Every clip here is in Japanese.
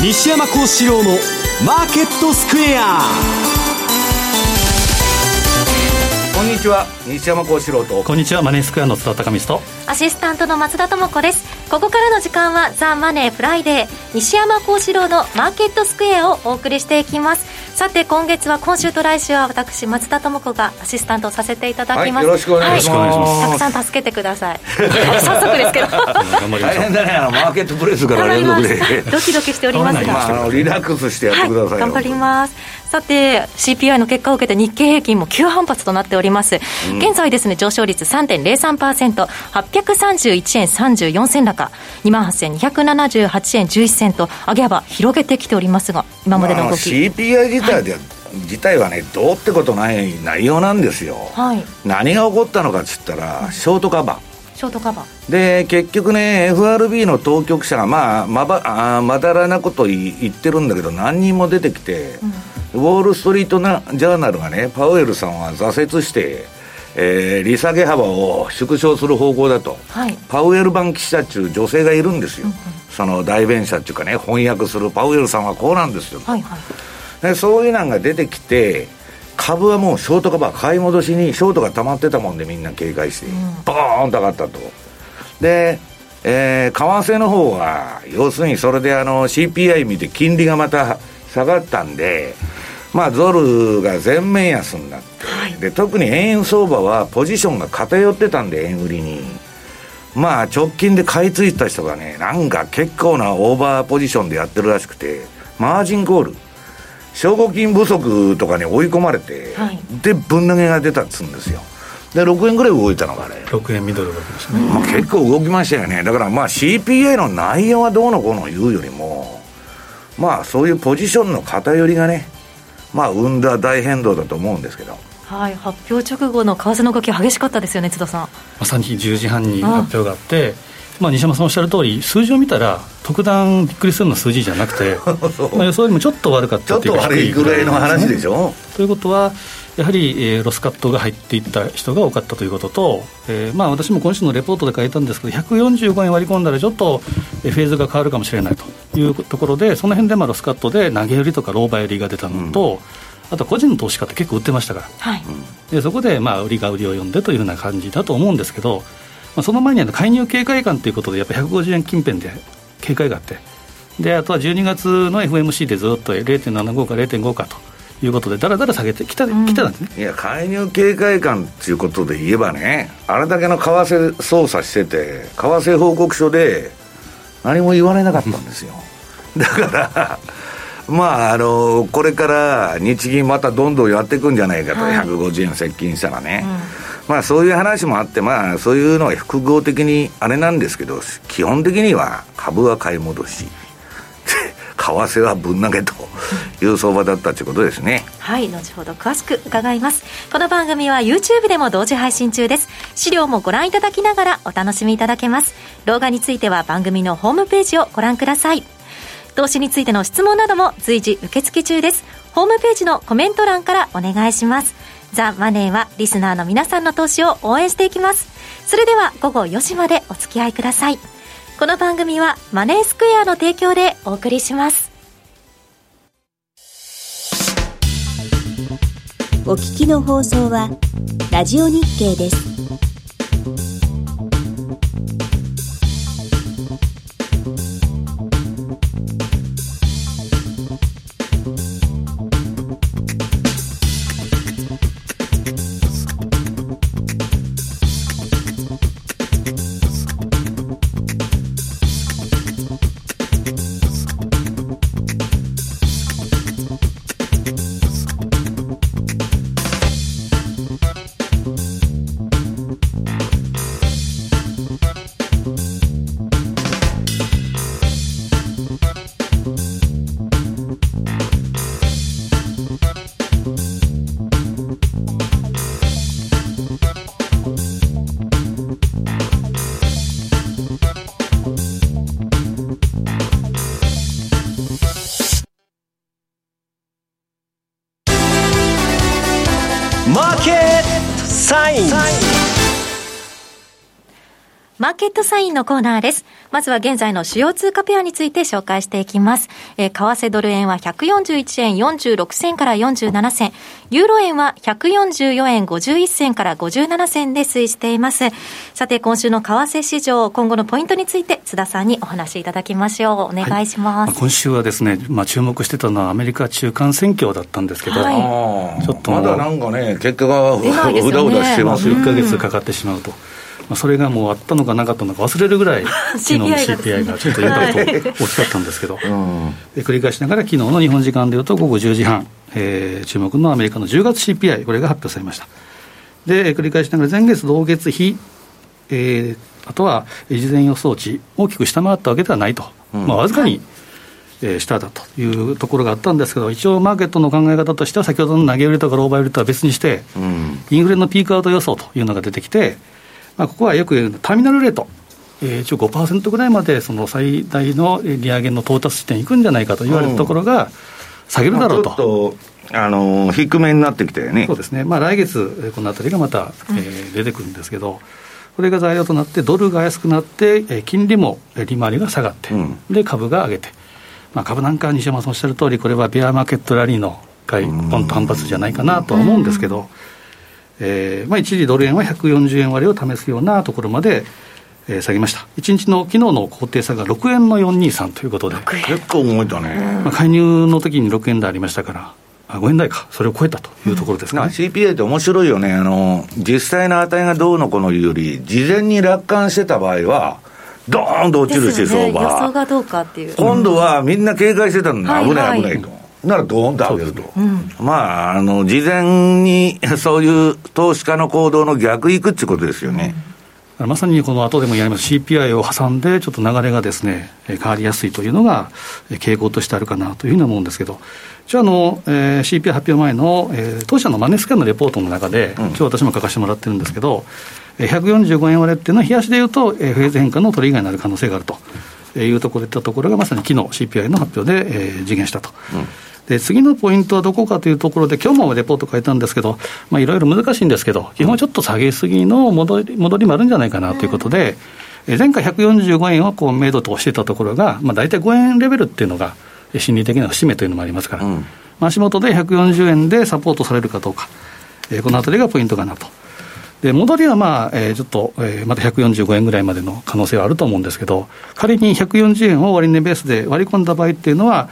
西山幸四郎のマーケットスクエア。 こんにちは、西山幸四郎と。 こんにちは、マネースクエアの津田隆光とアシスタントの松田智子です。ここからの時間はザ・マネーフライデー、西山幸四郎のマーケットスクエアをお送りしていきます。さて今月は今週と来週は私松田智子がアシスタントをさせていただきます、 よろしくお願いします、 たくさん助けてください早速ですけど大変だね、マーケットプレイスから連続でドキドキしておりますが、 リラックスしてやってくださいよ、 頑張ります。さて CPI の結果を受けて日経平均も急反発となっております、現在ですね、上昇率 3.03%、 831円34銭高、 28,278円11銭と上げ幅広げてきておりますが、今までの動き、 CPI 自体はね、どうってことない内容なんですよ、何が起こったのかっつったら、ショートカバーで、結局ね FRB の当局者がまだらなこと言ってるんだけど、何人も出てきて、ウォールストリートジャーナルがね、パウエルさんは挫折して、利下げ幅を縮小する方向だと、パウエル版記者中女性がいるんですよ、その代弁者っていうかね、翻訳するパウエルさんはこうなんですよ、でそういうのが出てきて、株はもうショートカバー買い戻しにショートが溜まってたもんで、みんな警戒してボーンと上がったと。で、為替の方は要するにそれでCPI 見て金利がまた下がったんで、ドルが全面安になって、で特に円相場はポジションが偏ってたんで、円売りに直近で買い付いた人がね、なんか結構なオーバーポジションでやってるらしくて、マージンコール、証拠金不足とかに追い込まれて、でぶん投げが出たっつうんですよ。で6円ぐらい動いたのがね、 6円ミドル動きましたね、 結構動きましたよね。だからCPI の内容はどうのこうの言うよりも、そういうポジションの偏りがね、生んだ大変動だと思うんですけど、 発表直後の為替の動き激しかったですよね、津田さん。 まさに10時半に発表があって、西山さんおっしゃる通り、数字を見たら特段びっくりするの数字じゃなくて予想よりもちょっと悪かったっていうか、 ちょっと悪いぐらいの話でしょ。 ということはやはり、ロスカットが入っていった人が多かったということと、私も今週のレポートで書いたんですけど、145円割り込んだらちょっとフェーズが変わるかもしれないというところで、その辺でロスカットで投げ売りとかローバー売りが出たのと、あと個人の投資家って結構売ってましたから、でそこで売りが売りを読んでというような感じだと思うんですけど、その前に介入警戒感ということでやっぱり150円近辺で警戒があって、であとは12月の FMC でずっと 0.75 か 0.5 かということでだらだら下げてきたんですね。 いや、介入警戒感ということで言えばね、あれだけの為替操作してて、為替報告書で何も言われなかったんですよだからこれから日銀またどんどんやっていくんじゃないかと、150円接近したらね、そういう話もあって、そういうのは複合的にあれなんですけど、基本的には株は買い戻し為替はぶん投げという相場だったということですね。 後ほど詳しく伺います。この番組は YouTube でも同時配信中です。資料もご覧いただきながらお楽しみいただけます。動画については番組のホームページをご覧ください。投資についての質問なども随時受付中です。ホームページのコメント欄からお願いします。ザ・マネーはリスナーの皆さんの投資を応援していきます。それでは午後4時までお付き合いください。この番組はマネースクエアの提供でお送りします。 お聞きの放送はラジオ日経です。 マーケットサイン。 マーケットサインのコーナーです。まずは現在の主要通貨ペアについて紹介していきます。為替ドル円は141円46銭から47銭、ユーロ円は144円51銭から57銭で推移しています。さて今週の為替市場、今後のポイントについて津田さんにお話しいただきましょう。お願いします。 今週はですね、注目してたのはアメリカ中間選挙だったんですけど、ちょっとまだなんかね結果がうだうだしてますよ。 1ヶ月かかってしまうと、それがもうあったのかなかったのか忘れるぐらい昨日の CPI がちょっとインパクト大きかったんですけど、で繰り返しながら昨日の日本時間でいうと午後10時半、注目のアメリカの10月 CPI これが発表されました。で繰り返しながら前月同月比、あとは事前予想値大きく下回ったわけではないと、わずかに、下だというところがあったんですけど、一応マーケットの考え方としては先ほどの投げ売りとかローバー売りとは別にして、インフレのピークアウト予想というのが出てきて、ここはよく言うターミナルレート、一応 5% ぐらいまでその最大の利上げの到達地点いくんじゃないかと言われるところが下げるだろうと、 ちょっと低めになってきたよね。 そうですね、来月このあたりがまた、出てくるんですけど、これが材料となってドルが安くなって、金利も利回りが下がって、で株が上げて、株なんかは西山さんおっしゃる通りこれはベアマーケットラリーのポンと反発じゃないかなとは思うんですけど、一時ドル円は140円割れを試すようなところまで、下げました。昨日の高低差が6円の423ということで結構動いたね。 介入の時に6円台ありましたから5円台か、それを超えたというところですかね。 CPI って面白いよね。実際の値がどうのこうのより事前に楽観してた場合はドーンと落ちるし、相場予想がどうかっていう、 今度はみんな警戒してたのに危ない危ないと、ならドーンと上げると、事前にそういう投資家の行動の逆いくってことですよね。 まさにこの後でもやります CPI を挟んでちょっと流れがですね変わりやすいというのが傾向としてあるかなというふうに思うんですけど、じゃあCPI 発表前の、当社のマネースキャンのレポートの中で、今日私も書かせてもらってるんですけど、145円割れっていうのは冷やしでいうと、フェーズ変化の取り以外になる可能性があるというところでいったところがまさに昨日 CPI の発表で、実現したと。で次のポイントはどこかというところで今日もレポート書いたんですけど、いろいろ難しいんですけど基本ちょっと下げすぎの戻りもあるんじゃないかなということで、前回145円をこう目処としていたところが、大体5円レベルっていうのが心理的な節目というのもありますから、足元で140円でサポートされるかどうか、このあたりがポイントかなと。で戻りはちょっと、また145円ぐらいまでの可能性はあると思うんですけど、仮に140円を割値ベースで割り込んだ場合っていうのは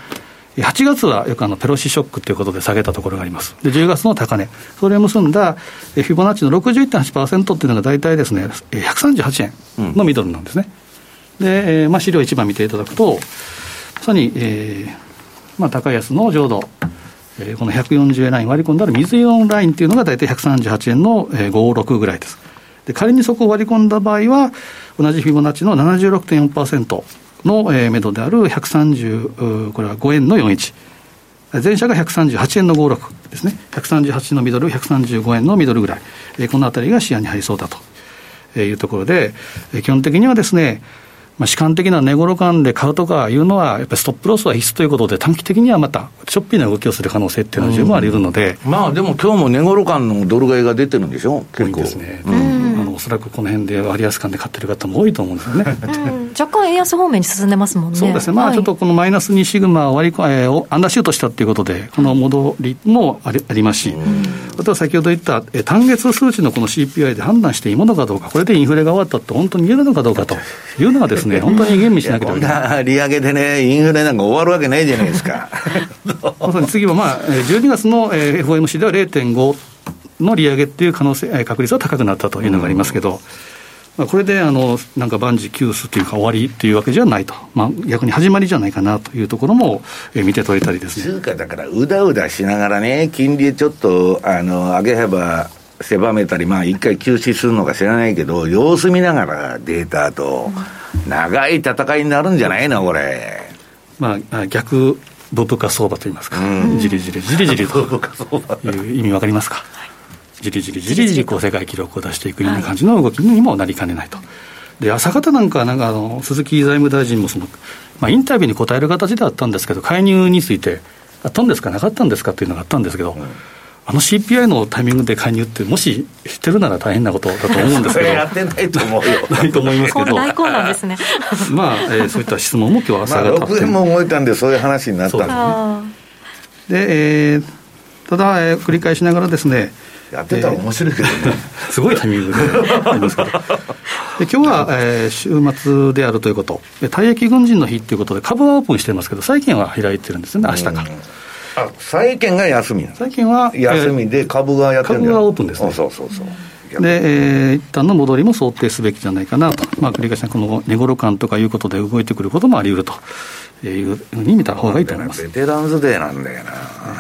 8月はよくペロシショックということで下げたところがあります。で10月の高値、それを結んだフィボナッチの 61.8% っていうのが大体ですね138円のミドルなんですね。で、資料1番見ていただくとまさに、高安の浄土、この140円ライン割り込んだら水色のラインっていうのが大体138円の56ぐらいです。で仮にそこを割り込んだ場合は同じフィボナッチの 76.4% の目処である130、これは5円の41、前者が138円の56ですね。138のミドル、135円のミドルぐらい、このあたりが視野に入りそうだというところで、基本的にはですね、主観的な値頃感で買うとかいうのはやっぱりストップロスは必須ということで、短期的にはまたショッピーな動きをする可能性っていうのは十分あり得るので、 でも今日も値頃感のドル買いが出てるんでしょ。 結構ですね、おそらくこの辺で割安感で買ってる方も多いと思うんですよね。 若干円安方面に進んでますもんね。 そうですね、ちょっとこのマイナス2シグマをアンダーシュートしたということでこの戻りもありますし、あとは先ほど言った単月数値のこの CPI で判断していいものかどうか、これでインフレが終わったって本当に言えるのかどうかというのがですね本当に吟味しなきゃいけない。 こんな利上げでねインフレなんか終わるわけないじゃないですか。 まさに次は12月の FOMC では 0.5 の利上げっていう確率は高くなったというのがありますけど、これでなんか万事休すというか終わりというわけじゃないと、逆に始まりじゃないかなというところも見て取れたりですね。 通貨だからうだうだしながらね、金利ちょっと上げ幅狭めたり、一回休止するのか知らないけど、様子見ながらデータと長い戦いになるんじゃないのこれ。 逆ブブカ相場といいますか、じりじりという意味わかりますか。じりじりこう世界記録を出していくような感じの動きにもなりかねないと。で朝方なんか鈴木財務大臣もインタビューに答える形であったんですけど、介入についてあったんですかなかったんですかというのがあったんですけど、 CPI のタイミングで介入ってもししてるなら大変なことだと思うんですけどそれやってないと思うよないと思いますけど大混乱ですねそういった質問も今日は朝方 6円も動いたんでそういう話になったんですね。で、ただ、繰り返しながらですねやってたら面白いけどねすごいタイミングでありますけどで今日は、週末であるということ退役軍人の日ということで株はオープンしてますけど債券は開いてるんですね明日から債券が休みなの。 債券は休みで株がやってるんじゃない。 株はオープンですね。 そうで、一旦の戻りも想定すべきじゃないかなと、繰り返しこの値頃感とかいうことで動いてくることもあり得るというふうに見た方がいいと思います。 ベテランズデーなんだよな。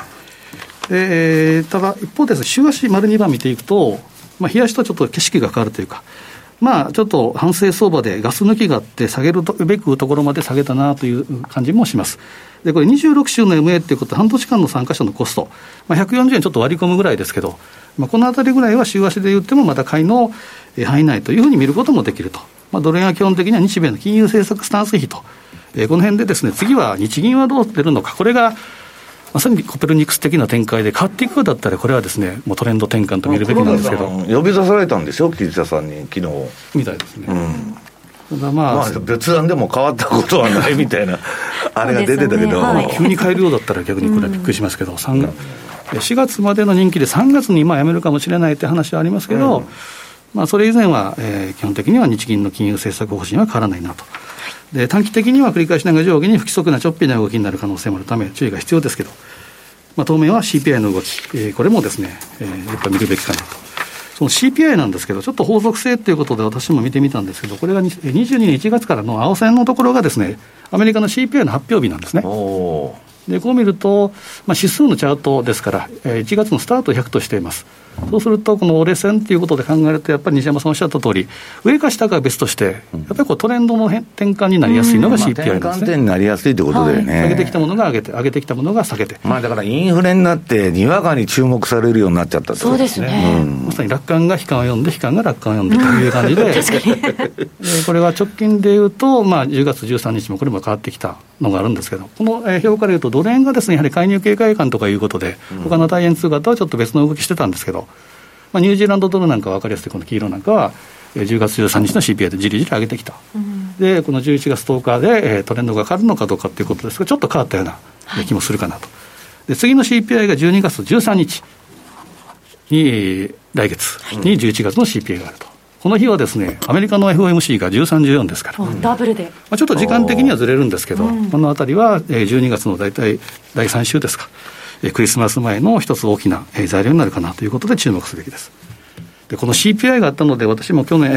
ただ一方で週足丸2番見ていくと、冷やしとちょっと景色が変わるというか、ちょっと反省相場でガス抜きがあって下げるべくところまで下げたなという感じもします。でこれ26週の MA ということで半年間の参加者のコスト、140円ちょっと割り込むぐらいですけど、このあたりぐらいは週足で言ってもまた買いの範囲内というふうに見ることもできると。ドル円は基本的には日米の金融政策スタンス比と、この辺でですね次は日銀はどう出るのか、これがまさにコペルニクス的な展開で変わっていくだったらこれはですねもうトレンド転換と見るべきなんですけど、 呼び出されたんでしょ岸田さんに昨日みたいですね、ただ別段でも変わったことはないみたいなあれが出てたけど、 急に変えるようだったら逆にこれはびっくりしますけど、4月までの任期で3月に辞めるかもしれないって話はありますけど、それ以前は、基本的には日銀の金融政策方針は変わらないなと。で短期的には繰り返しながら上下に不規則なちょっぴな動きになる可能性もあるため注意が必要ですけど、当面は CPI の動き、これもですね、やっぱり見るべきかなと。その CPI なんですけどちょっと法則性ということで私も見てみたんですけど、これが22年1月からの青線のところがですねアメリカの CPI の発表日なんですね。でこう見ると、指数のチャートですから1月のスタートを100としています。そうするとこの折れ線ということで考えるとやっぱり西山さんおっしゃった通り上か下かは別としてやっぱりトレンドの転換になりやすいのが CPI なんですね。 転換点になりやすいということだよね、 上げてきたものが上げてきたものが下げて、 だからインフレになってにわかに注目されるようになっちゃったってことですね。 そうですね、 まさに楽観が悲観を読んで悲観が楽観を読んでという感じでこれは直近でいうと、10月13日もこれも変わってきたのがあるんですけど、この表からいうとドル円がですねやはり介入警戒感とかいうことで、他の大円通貨とはちょっと別の動きしてたんですけど、ニュージーランドドルなんかは分かりやすいこの黄色なんかは10月13日の CPI でじりじり上げてきた、でこの11月10日でトレンドが変わるのかどうかということですがちょっと変わったような気もするかなと。で次の CPI が12月13日に来月に11月の CPI があると。この日はですねアメリカの FOMC が13、14ですから、 ダブルで、 ちょっと時間的にはずれるんですけど、このあたりは12月の大体第3週ですか、クリスマス前の一つ大きな材料になるかなということで注目すべきです。でこの CPI があったので私も昨日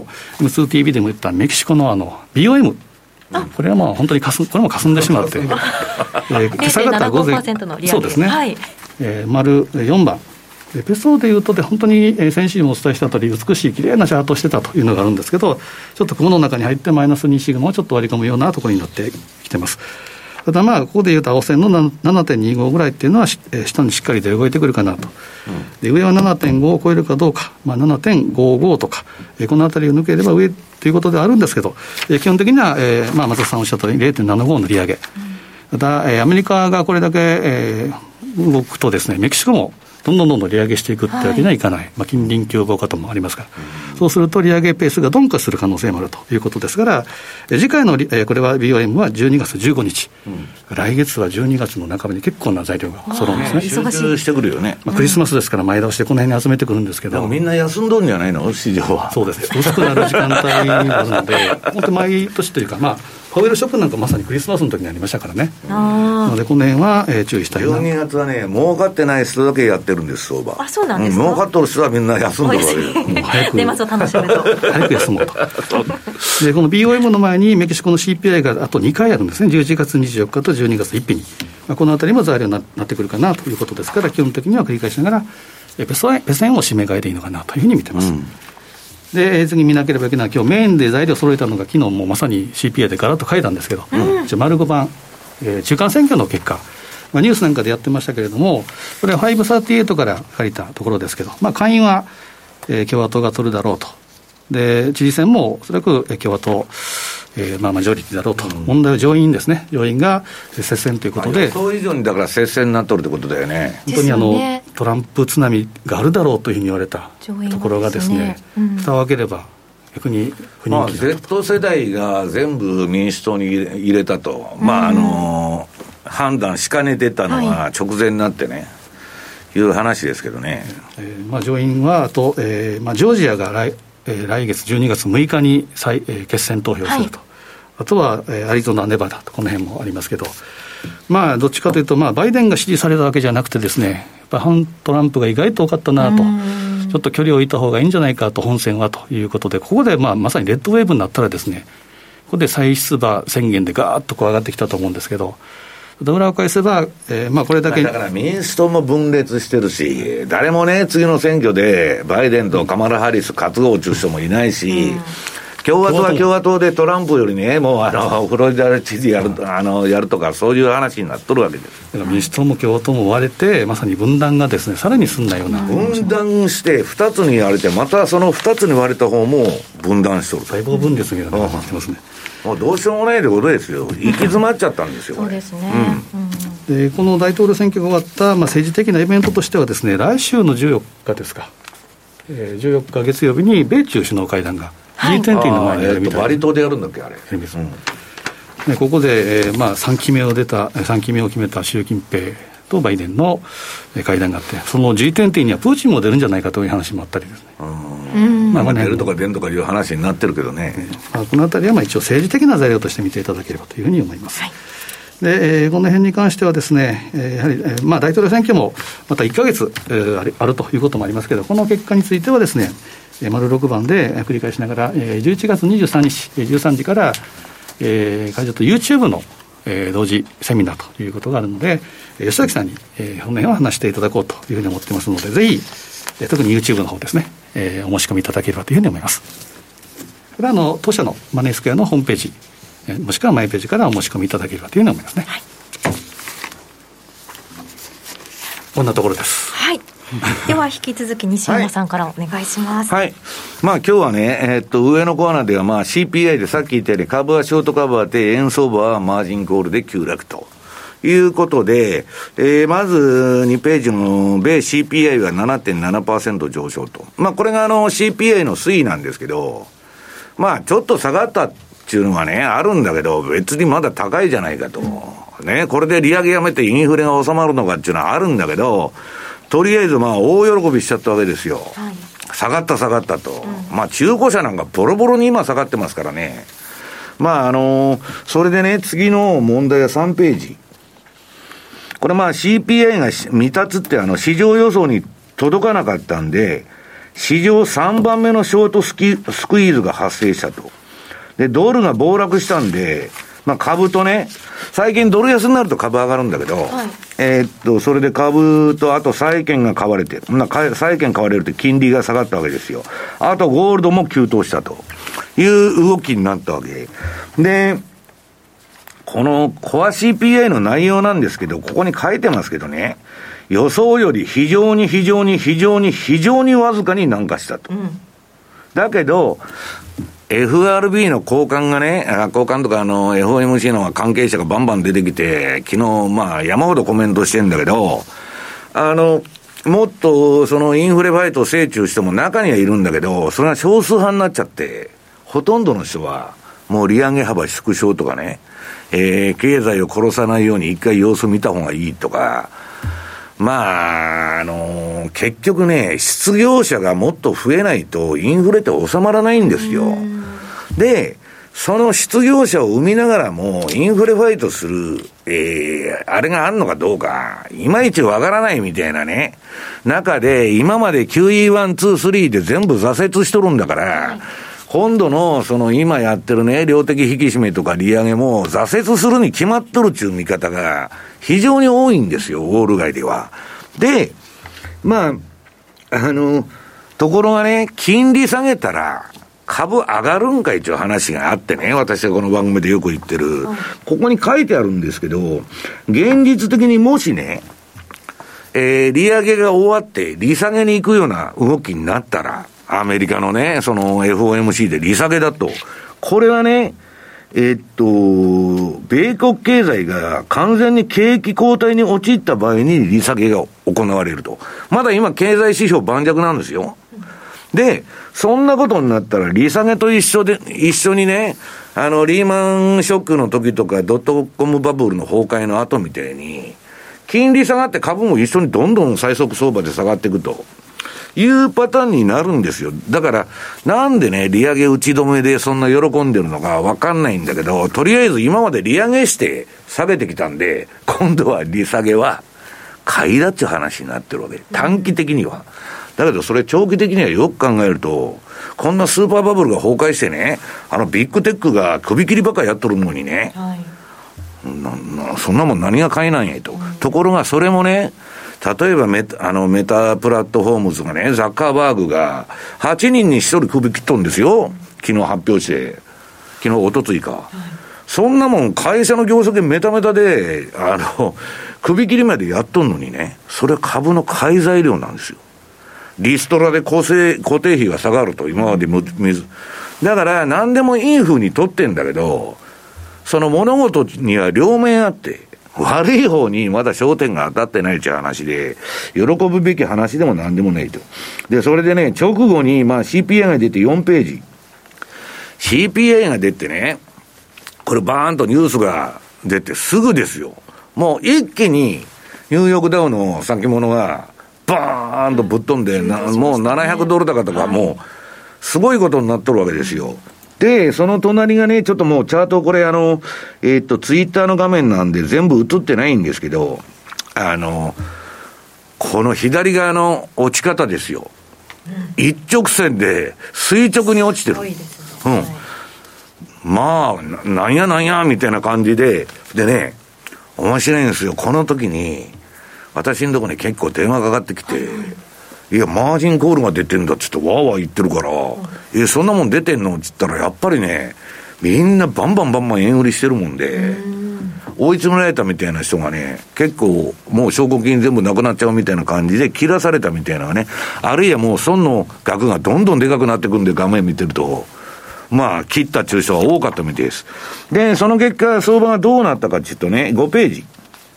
M2TV でも言ったメキシコのBOM、これは本当にこれも霞んでしまって今朝方午前の利上げ、 そうですね、丸4番ペソでいうと本当に先週もお伝えしたとおり美しい綺麗なチャートをしてたというのがあるんですけど、ちょっと雲の中に入ってマイナス2シグマをちょっと割り込むようなところになってきてます。ただここでいうと青線の 7.25 ぐらいっていうのは下にしっかりと動いてくるかなと、で上は 7.5 を超えるかどうか、7.55 とかこのあたりを抜ければ上ということではあるんですけど、基本的には、松田さんおっしゃったように 0.75 の利上げ、ただ、アメリカがこれだけ、動くとですねメキシコもどんどん利上げしていくってわけにはいかない、近隣競合化ともありますから、そうすると利上げペースが鈍化する可能性もあるということですから、次回のこれは BOM は12月15日、来月は12月の半ばに結構な材料が揃うんですね。 集中してくるよね、 クリスマスですから前倒しでこの辺に集めてくるんですけど、 でもみんな休んどるんじゃないの市場は。 そうですね、薄くなる時間帯になるので本当毎年というかパウエルショップなんかまさにクリスマスの時にありましたからね。なのでこの辺は、注意したいな。 12月はね儲かってない人だけやってるんです相場。 そうなんですか。 儲かってる人はみんな休んでるわけで早く年末を楽しむと早く休もうとでこの BOM の前にメキシコの CPI があと2回あるんですね。11月24日と12月1日に、このあたりも材料になってくるかなということですから、基本的には繰り返しながらペソ円を締め替えでいいのかなというふうに見てます。で次見なければいけない今日メインで材料揃えたのが昨日もまさに CPI でガラッと変えたんですけど、丸5番、中間選挙の結果、ニュースなんかでやってましたけれども、これは538から借りたところですけど、下院は、共和党が取るだろうとで知事選もおそらく共和党、マジョリティだろうと、問題は上院ですね、上院が接戦ということで、 予想以上にだから接戦になっとるってことだよね。 本当にトランプ津波があるだろうというふうに言われたところがですね、蓋を開ければ逆に不人気だと、 Z 世代が全部民主党に入れたと、判断しかねてたのは直前になってね、いう話ですけどね。 上院はあと、ジョージアが来月12月6日に決選投票すると、あとは、アリゾナ、ネバダとこの辺もありますけど、どっちかというと、バイデンが支持されたわけじゃなくてですね、やっぱ反トランプが意外と多かったなと、ちょっと距離を置いた方がいいんじゃないかと、本選はということで、ここでまさにレッドウェーブになったらですね、ここで再出馬宣言でガーッと上がってきたと思うんですけど、裏を返せば、これだけだから民主党も分裂してるし、誰もね、次の選挙でバイデンとカマラ・ハリス担ごうという人もいないし、共和党は共和党でトランプよりね、もうフロリダ知事やるとか、そういう話になっとるわけです。 だから民主党も共和党も割れて、まさに分断がですね、さらに進んだような。 分断して2つに割れて、またその2つに割れた方も分断しとる。 細胞分裂みたいなのがしてますね。 もうどうしようもないってことですよ。行き詰まっちゃったんですよ。 そうですね。 でこの大統領選挙が終わった、政治的なイベントとしてはですね、来週の14日ですか、14日月曜日に米中首脳会談が G20 の前にやるみたいな、 バリ島でやるんだっけあれ、 ここで、3期目を決めた習近平とバイデンの会談があって、その G20 にはプーチンも出るんじゃないかという話もあったりですね、 出るとか出んとかいう話になってるけどね、 このあたりは一応政治的な材料として見ていただければというふうに思います。でこの辺に関してはですね、やはり、大統領選挙もまた1ヶ月、あるということもありますけど、この結果についてはですね、丸6番で繰り返しながら、11月23日13時から会場と YouTube の同時セミナーということがあるので、吉崎さんにこの辺を話していただこうというふうに思ってますので、ぜひ特に YouTube の方ですね、お申し込みいただければというふうに思います。これは当社のマネースクエアのホームページ、もしくはマイページからお申し込みいただければというふうに思いますね。こんなところです。 では引き続き西山さんからお願いします。 今日はね、上のコーナーではCPI でさっき言ったように株はショートカバーで円相場はマージンコールで急落ということで、まず2ページの米 CPI は 7.7% 上昇と。これがCPI の推移なんですけど、ちょっと下がったっていうのはね、あるんだけど、別にまだ高いじゃないかと。ね、これで利上げやめてインフレが収まるのかっていうのはあるんだけど、とりあえず大喜びしちゃったわけですよ。下がったと。中古車なんかボロボロに今下がってますからね。それでね、次の問題は3ページ。これCPI が未達って市場予想に届かなかったんで、史上3番目のショートスクイーズが発生したと。で、ドルが暴落したんで、株とね、最近ドル安になると株上がるんだけど、それで株とあと債券が買われて、債券買われると金利が下がったわけですよ。あとゴールドも急騰したという動きになったわけで、このコア CPI の内容なんですけど、ここに書いてますけどね、予想より非常にわずかに軟化したと。だけど、FRB の高官がね、高官とかFOMC の関係者がバンバン出てきて、昨日山ほどコメントしてんだけど、もっとそのインフレファイトを成中しても中にはいるんだけど、それが少数派になっちゃって、ほとんどの人はもう利上げ幅縮小とかね、経済を殺さないように一回様子見た方がいいとか、結局ね、失業者がもっと増えないとインフレって収まらないんですよ。で、その失業者を生みながらもインフレファイトする、あれがあるのかどうか、いまいちわからないみたいなね、中で今まで QE1、2、3で全部挫折しとるんだから、今度のその今やってるね、量的引き締めとか利上げも挫折するに決まっとるっていう見方が非常に多いんですよ、ウォール街では。で、ところがね、金利下げたら株上がるんかいっていう話があってね、私はこの番組でよく言ってる、ここに書いてあるんですけど、現実的にもしね、 利上げが終わって利下げに行くような動きになったら、アメリカのね、その FOMC で利下げだと、これはね、米国経済が完全に景気後退に陥った場合に利下げが行われると。まだ今経済指標盤石なんですよ。で、そんなことになったら利下げと一緒にね、リーマンショックの時とかドットコムバブルの崩壊の後みたいに、金利下がって株も一緒にどんどん最速相場で下がっていくというパターンになるんですよ。だからなんでね、利上げ打ち止めでそんな喜んでるのかわかんないんだけど、とりあえず今まで利上げして下げてきたんで、今度は利下げは買いだっちゅう話になってるわけ。短期的には。だけどそれ長期的にはよく考えると、こんなスーパーバブルが崩壊してね、ビッグテックが首切りばっかやっとるのにね、はい、そんなもん何が買えないんやと。ところがそれもね、例えばメタプラットフォームズがね、ザッカーバーグが8人に1人首切っとるんですよ。昨日発表して、昨日おとついか、はい、そんなもん会社の業績メタメタで首切りまでやっとんのにね、それは株の買い材料なんですよ。リストラで固定費が下がると、今までだから何でもいい風に取ってんだけど、その物事には両面あって、悪い方にまだ焦点が当たってないという話で、喜ぶべき話でも何でもないと。で、それでね、直後にCPI が出て4ページ。CPI が出てね、これバーンとニュースが出てすぐですよ。もう一気にニューヨークダウの先物がバーンとぶっ飛んで、もう700ドル高とかもうすごいことになっとるわけですよ。で、その隣がね、ちょっともうチャートこれツイッターの画面なんで全部映ってないんですけど、この左側の落ち方ですよ。一直線で垂直に落ちてる。まあ、なんや、みたいな感じで、でね、面白いんですよ。この時に、私のところに結構電話かかってきて、いや、マージンコールが出てんだっつってわーわー言ってるから、そんなもん出てんのっつったら、やっぱりね、みんなバンバン円売りしてるもんで、追い詰められたみたいな人がね、結構もう証拠金全部なくなっちゃうみたいな感じで切らされたみたいなね、あるいはもう損の額がどんどんでかくなってくんで画面見てると、切った中小は多かったみたいです。で、その結果、相場がどうなったかっていうとね、5ページ。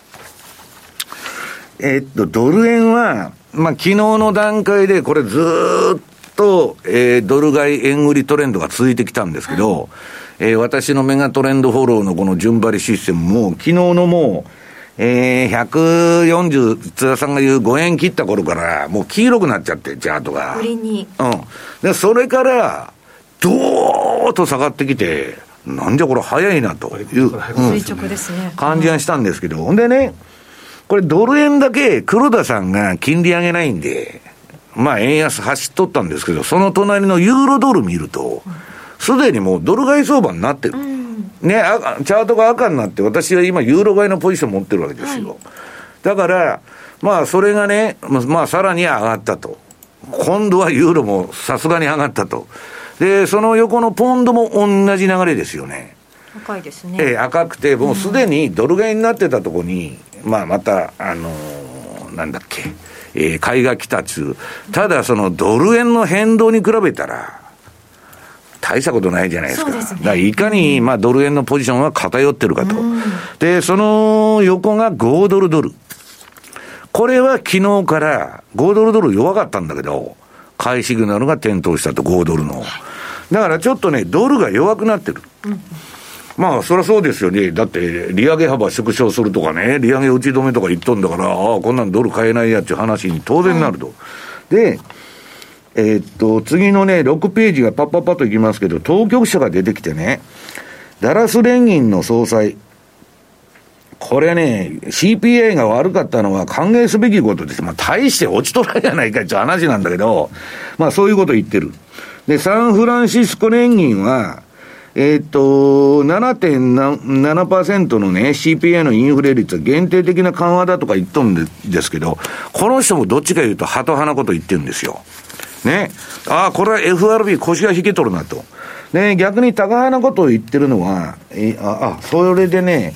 ドル円は、昨日の段階でこれずーっと、ドル買い円売りトレンドが続いてきたんですけど、私のメガトレンドフォローのこの順張りシステムも、昨日のもう、140、津田さんが言う5円切った頃から、もう黄色くなっちゃって、チャートが。 売りに。 で、それから、ドーッと下がってきて、なんじゃこれ早いなという、 垂直ですね。 感じがしたんですけど、ほんでね、これドル円だけ黒田さんが金利上げないんで、円安走っとったんですけど、その隣のユーロドル見ると、すでにもうドル買い相場になってる。ね、チャートが赤になって、私は今ユーロ買いのポジション持ってるわけですよ。だから、それがね、さらに上がったと。今度はユーロもさすがに上がったと。で、その横のポンドも同じ流れですよね。 赤いですね。 赤くて、もうすでにドル買いになってたところに、また、なんだっけ、買いが来たっちゅう。ただ、そのドル円の変動に比べたら、大したことないじゃないですか。そうですね。だからいかに、ドル円のポジションは偏ってるかと。で、その横が5ドルドル。これは昨日から5ドルドル弱かったんだけど、買いシグナルが点灯したと5ドルの。だからちょっとね、ドルが弱くなってる。そりゃそうですよね。だって、利上げ幅縮小するとかね、利上げ打ち止めとか言っとんだから、こんなんドル買えないやっていう話に当然なると。で、次のね、6ページがパッといきますけど、当局者が出てきてね、ダラス連銀の総裁、これね、CPI が悪かったのは歓迎すべきことです。大して落ちとらんじゃないかっていう話なんだけど、そういうこと言ってる。で、サンフランシスコ連銀は、7.7% のね、CPI のインフレ率は限定的な緩和だとか言っとるんですけど、この人もどっちか言うと、ハト派なこと言ってるんですよ。ね。これは FRB 腰が引けとるなと。ね、逆に高派なことを言ってるのは、それでね、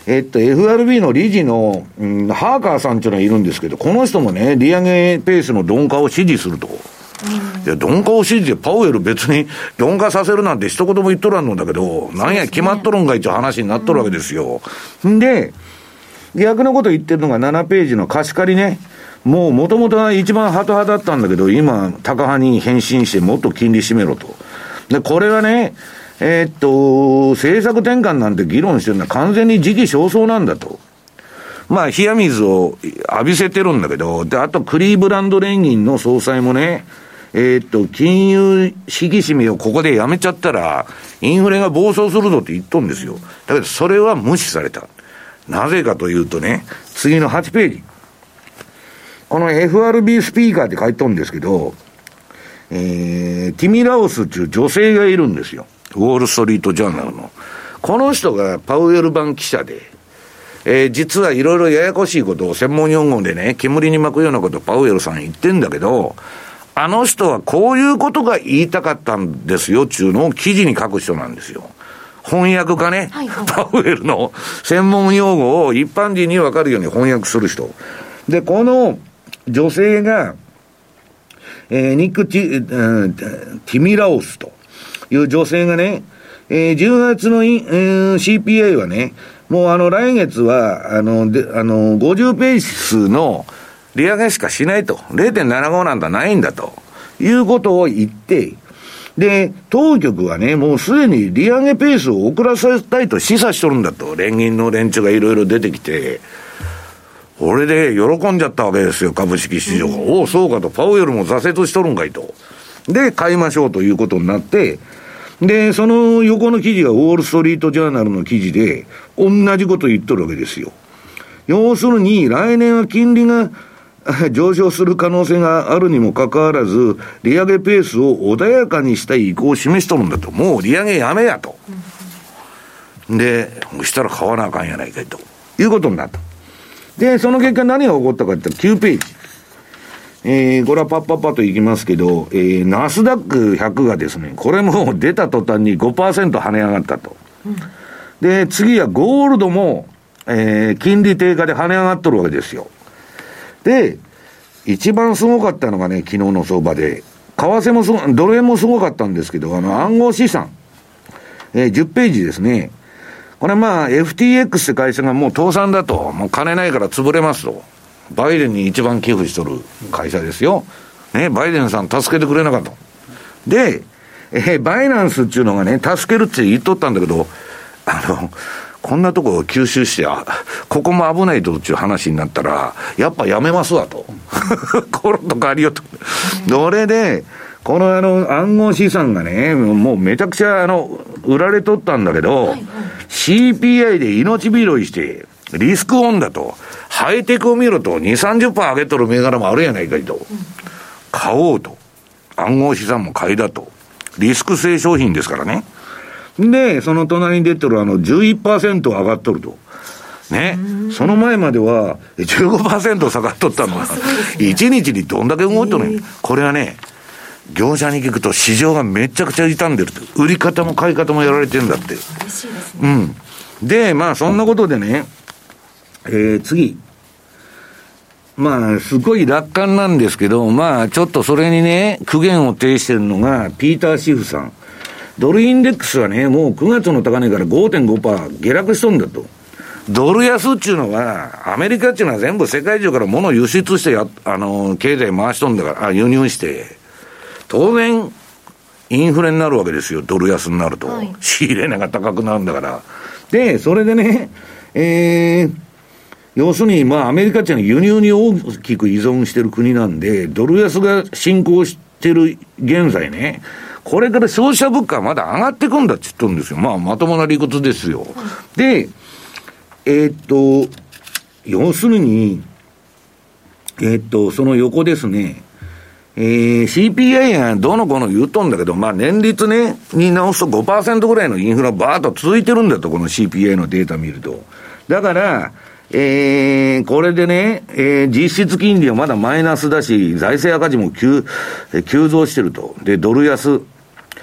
FRB の理事の、ハーカーさんっていうのがいるんですけど、この人もね、利上げペースの鈍化を支持すると。いや、鈍化を支持でパウエル別に鈍化させるなんて一言も言っとらんのだけど、なんや決まっとるんかいっていう話になっとるわけですよ。で、逆のこと言ってるのが7ページの貸し借りね。もう元々は一番ハト派だったんだけど、今、タカ派に変身してもっと金利締めろと。で、これはね、政策転換なんて議論してるのは完全に時期尚早なんだと。まあ、冷や水を浴びせてるんだけど、で、あとクリーブランド連銀の総裁もね、金融引き締めをここでやめちゃったら、インフレが暴走するぞって言っとんですよ。だけど、それは無視された。なぜかというとね、次の8ページ。この FRB スピーカーって書いとんですけど、ティミラオスっていう女性がいるんですよ。ウォールストリートジャーナルの。この人がパウエル版記者で、実はいろいろややこしいことを専門用語でね、煙に巻くようなことをパウエルさん言ってんだけど、あの人はこういうことが言いたかったんですよっていうのを記事に書く人なんですよ。翻訳家ね、はいはい、パウエルの専門用語を一般人に分かるように翻訳する人。で、この女性が、ニックティミラオスという女性がね、10月の、CPI はね、もう来月は、50ペースの利上げしかしないと。0.75 なんだないんだと。いうことを言って、で、当局はね、もうすでに利上げペースを遅らせたいと示唆しとるんだと。連銀の連中がいろいろ出てきて、これで喜んじゃったわけですよ、株式市場が。おお、そうかと、パウエルも挫折しとるんかいと。で、買いましょうということになって、で、その横の記事がウォールストリートジャーナルの記事で、同じこと言っとるわけですよ。要するに、来年は金利が上昇する可能性があるにもかかわらず、利上げペースを穏やかにしたい意向を示しとるんだと。もう利上げやめやと。で、そしたら買わなあかんやないかいと。いうことになった。で、その結果何が起こったかって言ったら9ページ。これはパッパッパといきますけど、ナスダック100がですね、これも出た途端に 5% 跳ね上がったと。で、次はゴールドも、金利低下で跳ね上がっとるわけですよ。で、一番すごかったのがね、昨日の相場で、為替もドル円もすごかったんですけど、暗号資産、10ページですね。これまあ FTX って会社がもう倒産だと、もう金ないから潰れますと。バイデンに一番寄付しとる会社ですよ。ね、バイデンさん助けてくれなかった。で、バイナンスっていうのがね、助けるって言っとったんだけど、こんなとこを吸収して、ここも危ないとっていう話になったら、やっぱやめますわと。コロッと変わりよと。それで、この暗号資産がね、もうめちゃくちゃ売られとったんだけど、はいはい、CPI で命拾いして、リスクオンだと、ハイテクを見ると2、30% 上げとる銘柄もあるやないかいと。買おうと。暗号資産も買いだと。リスク性商品ですからね。で、その隣に出てる11% 上がっとると。ね。その前までは 15% 下がっとったのが、1日にどんだけ動いとるのよ。これはね、業者に聞くと市場がめちゃくちゃ傷んでると。売り方も買い方もやられてるんだって。嬉しいですね。うん。で、まあそんなことでね、次。まあ、すごい楽観なんですけど、まあ、ちょっとそれにね、苦言を呈してるのが、ピーター・シフさん。ドルインデックスはね、もう9月の高値から 5.5% 下落しとんだと。ドル安っていうのは、アメリカっていうのは全部世界中から物を輸出して経済回しとんだから、輸入して、当然、インフレになるわけですよ、ドル安になると。はい、仕入れ値が高くなるんだから。で、それでね、要するに、まあ、アメリカっていうのは輸入に大きく依存してる国なんで、ドル安が進行してる現在ね、これから消費者物価はまだ上がっていくんだって言ってるんですよ。まあ、まともな理屈ですよ。で、要するに、その横ですね、CPI がどの子の言うとんだけど、まあ、年率ね、に直すと 5% ぐらいのインフラバーッと続いてるんだと、この CPI のデータ見ると。だから、これでね、実質金利はまだマイナスだし、財政赤字も急増してると。で、ドル安。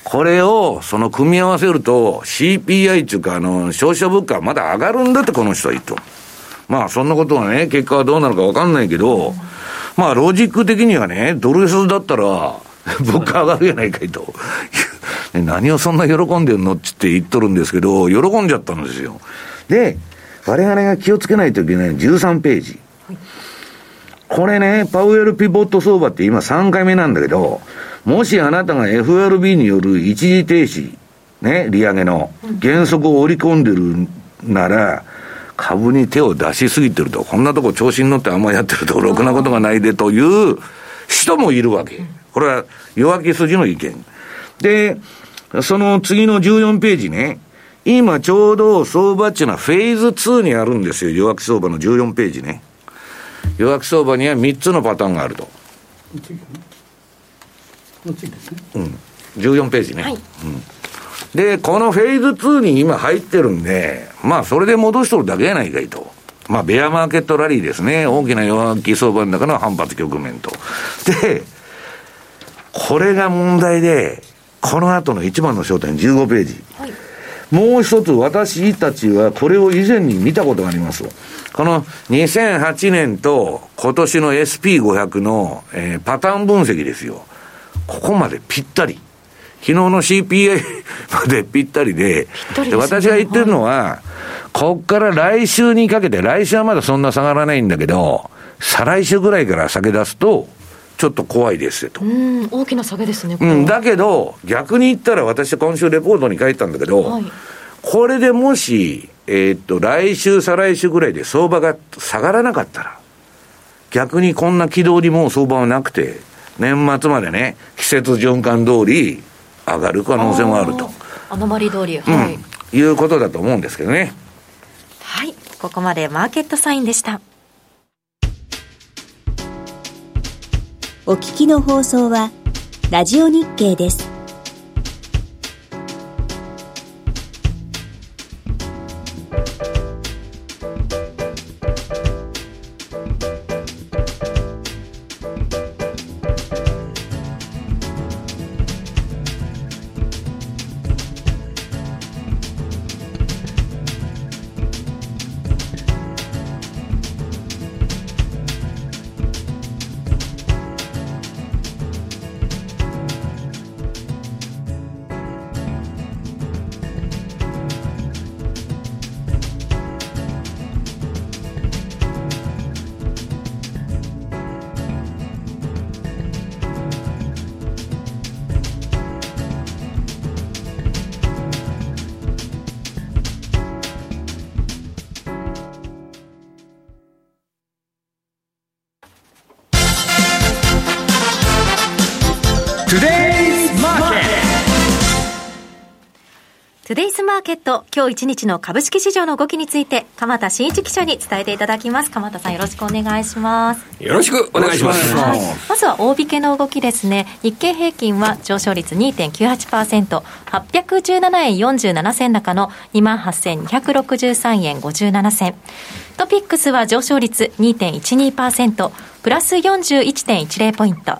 これを組み合わせると CPI っていうか消費者物価はまだ上がるんだってこの人は言うと。まあそんなことはね、結果はどうなるか分かんないけど、まあロジック的にはね、ドル安だったら物価上がるやないかいと何をそんな喜んでんのって言っとるんですけど、喜んじゃったんですよ。で、我々が気をつけないといけない13ページ、はい、これね、パウエルピボット相場って今3回目なんだけど、もしあなたが FRB による一時停止ね、利上げの原則を織り込んでるなら、株に手を出しすぎてると、こんなとこ調子に乗ってあんまやってるとろくなことがないでという人もいるわけ。これは弱気筋の意見で、その次の14ページね、今ちょうど相場っていうのはフェーズ2にあるんですよ。弱気相場の14ページね。弱気相場には3つのパターンがあると。14ページね、はい、でこのフェーズ2に今入ってるんで、まあそれで戻しとるだけやないかいと。まあベアマーケットラリーですね。大きな弱気相場の中の反発局面と。でこれが問題で、この後の一番の焦点15ページ、はい、もう一つ私たちはこれを以前に見たことがあります。この2008年と今年の SP500 の、パターン分析ですよ。ここまでぴったり、昨日の CPI までぴったり で私が言ってるのは、はい、こっから来週にかけて、来週はまだそんな下がらないんだけど、再来週ぐらいから下げ出すとちょっと怖いですよと。 大きな下げですね。 だけど逆に言ったら、私今週レポートに書いたんだけど、はい、これでもし、来週再来週ぐらいで相場が下がらなかったら、逆にこんな軌道にもう相場はなくて、年末までね、季節循環通り上がる可能性もあると。 アノマリ通り、はい、 いうことだと思うんですけどね。 はい、ここまでマーケットサインでした。 お聞きの放送はラジオ日経です。 トゥデイズマーケット、今日一日の株式市場の動きについて鎌田新一記者に伝えていただきます。鎌田さん、よろしくお願いします。 よろしくお願いします。 はい、まずは大引けの動きですね。日経平均は上昇率 2.98%、 817円47銭高の 28,263 円57銭。トピックスは上昇率 2.12%、 プラス 41.10 ポイント、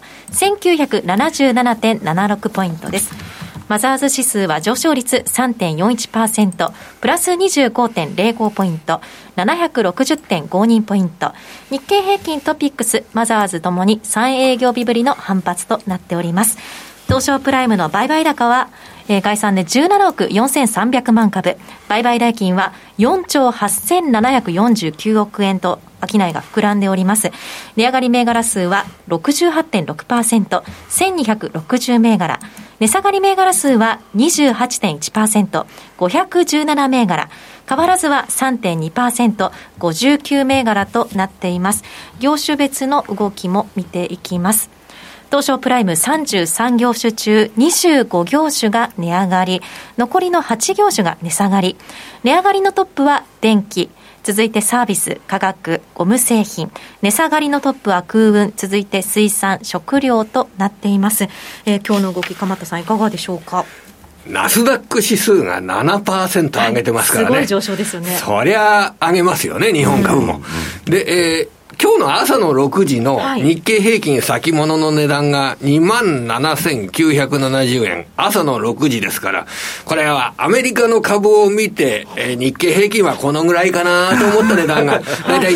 1977.76 ポイントです。マザーズ指数は上昇率 3.41%、 プラス 25.05 ポイント、 760.52 ポイント。日経平均トピックスマザーズともに3営業日ぶりの反発となっております。東証プライムの売買高は概算で17億4300万株、売買代金は4兆8749億円と商いが膨らんでおります。値上がり銘柄数は 68.6%、 1260銘柄、値下がり銘柄数は 28.1%、 517銘柄、変わらずは 3.2%、 59銘柄となっています。業種別の動きも見ていきます。東証プライム33業種中25業種が値上がり、残りの8業種が値下がり。値上がりのトップは電気、続いてサービス、化学、ゴム製品。値下がりのトップは空運、続いて水産、食料となっています。今日の動き、鎌田さんいかがでしょうか。 ナスダック指数が 7% 上げてますからね、 すごい上昇ですよね。 そりゃ上げますよね、日本株も。で、 今日の朝の6時の日経平均先物の値段が27,970円。朝の6時ですから、これはアメリカの株を見て、日経平均はこのぐらいかなと思った値段が、だいたい